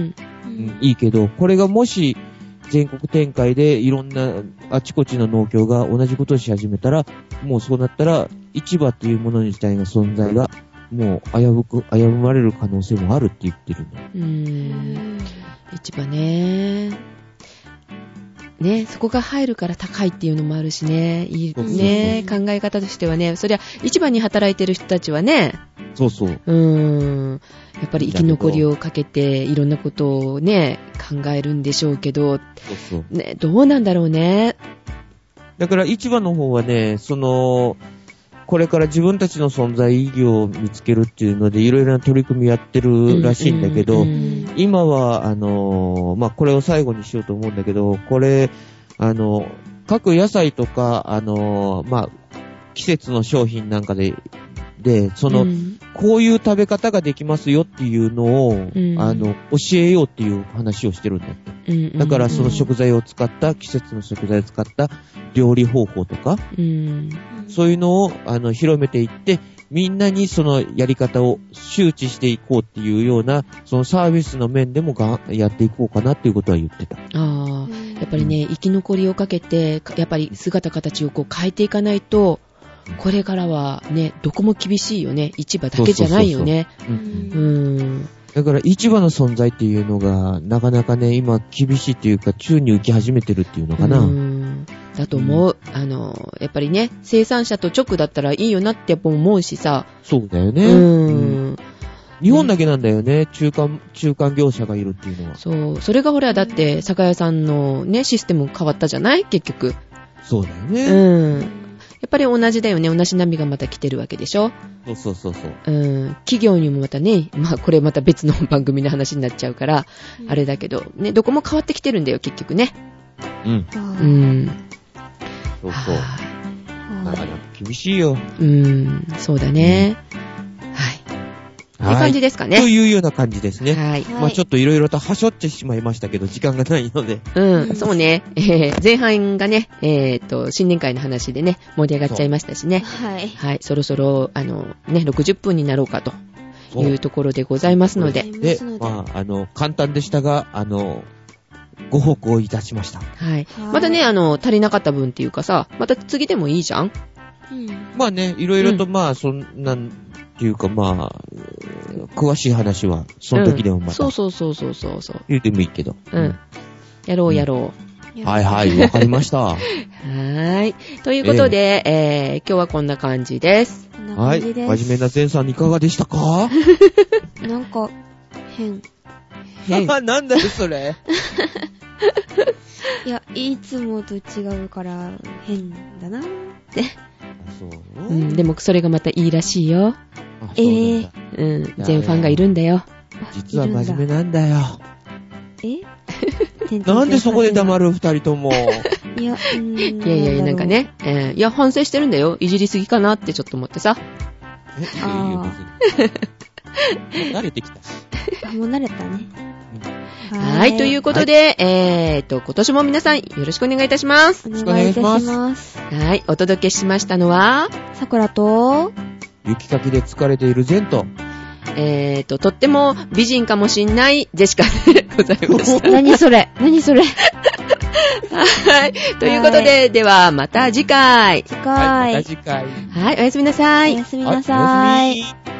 いいけど、これがもし、全国展開でいろんなあちこちの農協が同じことをし始めたら、もうそうなったら、市場っていうもの自体の存在が、もう危うく、危ぶまれる可能性もあるって言ってるんだ。うーん。 市場ね。ね、そこが入るから高いっていうのもあるしね。いいね。考え方としてはね。そりゃ、市場に働いてる人たちはね。 そうそう。 うーん。やっぱり生き残りをかけていろんなことをね、考えるんでしょうけど。そうそう。ね、どうなんだろうね。 だから市場の方はね、その、これから自分たちの存在意義を見つけるっていうのでいろいろな取り組みやってるらしいんだけど、うんうんうん、今はあのまあこれを最後にしようと思うんだけど、これあの各野菜とかあのまあ季節の商品なんかででその、うん、こういう食べ方ができますよっていうのを、うん、あの教えようっていう話をしてるんだって、うんうんうん、だからその食材を使った季節の食材を使った料理方法とか、うん、そういうのをあの広めていってみんなにそのやり方を周知していこうっていうようなそのサービスの面でもがやっていこうかなっていうことは言ってた。ああ、やっぱりね、生き残りをかけてやっぱり姿形をこう変えていかないとこれからはね、どこも厳しいよね。市場だけじゃないよね。そうそうそうそう。うん。 だから市場の存在っていうのがなかなかね、今厳しいっていうか宙に浮き始めてるっていうのかな。うん。 だと思う。うん、あの、やっぱりね、生産者と直だったらいいよなってやっぱ思うしさ。 そうだよね。うん。うん、日本だけなんだよね、中間、中間業者がいるっていうのは。 そう。それがほら、だって酒屋さんのね、システム変わったじゃない結局。 そうだよね。 うん。やっぱり同じだよね。同じ波がまた来てるわけでしょ。 そうそうそうそう。 うん。企業にもまたね、まあこれまた別の番組の話になっちゃうから、うん、あれだけど、ね、どこも変わってきてるんだよ、結局ね。うん。うん。 そうそう。なかなか厳しいよ。 うん、そうだね。うん、はい。って感じですかね。 というような感じですね。はい。まあちょっといろいろとはしょってしまいましたけど、時間がないので。 うん、そうね。えー、前半がね、えーと、新年会の話でね、盛り上がっちゃいましたしね。はい。はい。そろそろ、あの、ね、ろくじゅっぷんになろうかというところでございますので。 で、まあ、あの、簡単でしたが、あの、ご報告いたしました。 はい。またね、あの、足りなかった分っていうかさ、また次でもいいじゃん。 うん、まあね、いろいろと、まあ、そんな、っていうかまあ、詳しい話は、その時でもまた、 うん。そうそうそうそうそう。 言うてもいいけど。 うん。うん、やろうやろう。うん、はいはい、わかりました。はーい。ということで、えーえー、今日はこんな感じです。 はい。真面目な前さんいかがでしたか？ なんか、変。 変。なんだよ、それ。 いや、いつもと違うから、変だなーって。 そう、うん、でもそれがまたいいらしいよ。 えー、 うん、全ファンがいるんだよ。 実は真面目なんだよ。 えなんでそこで黙る二人とも。 いや、うーん。 いやいやいや、なんかね、えー、いや、反省してるんだよ。いじりすぎかなってちょっと思ってさ。 え、いやいや、別に。慣れてきたし。 あ、もう慣れたね。 はい、ということで、はい、えーと、今年も皆さんよろしくお願いいたします。 お願いいたします。 はい、お届けしましたのは、 さくらと、 雪かきで疲れているゼント。 えーと、とっても美人かもしんないジェシカでございました。 何それ何それはい。ということで、はい、ではまた次回。 次回。 はい、また次回。 はい、おやすみなさい。 おやすみなさい。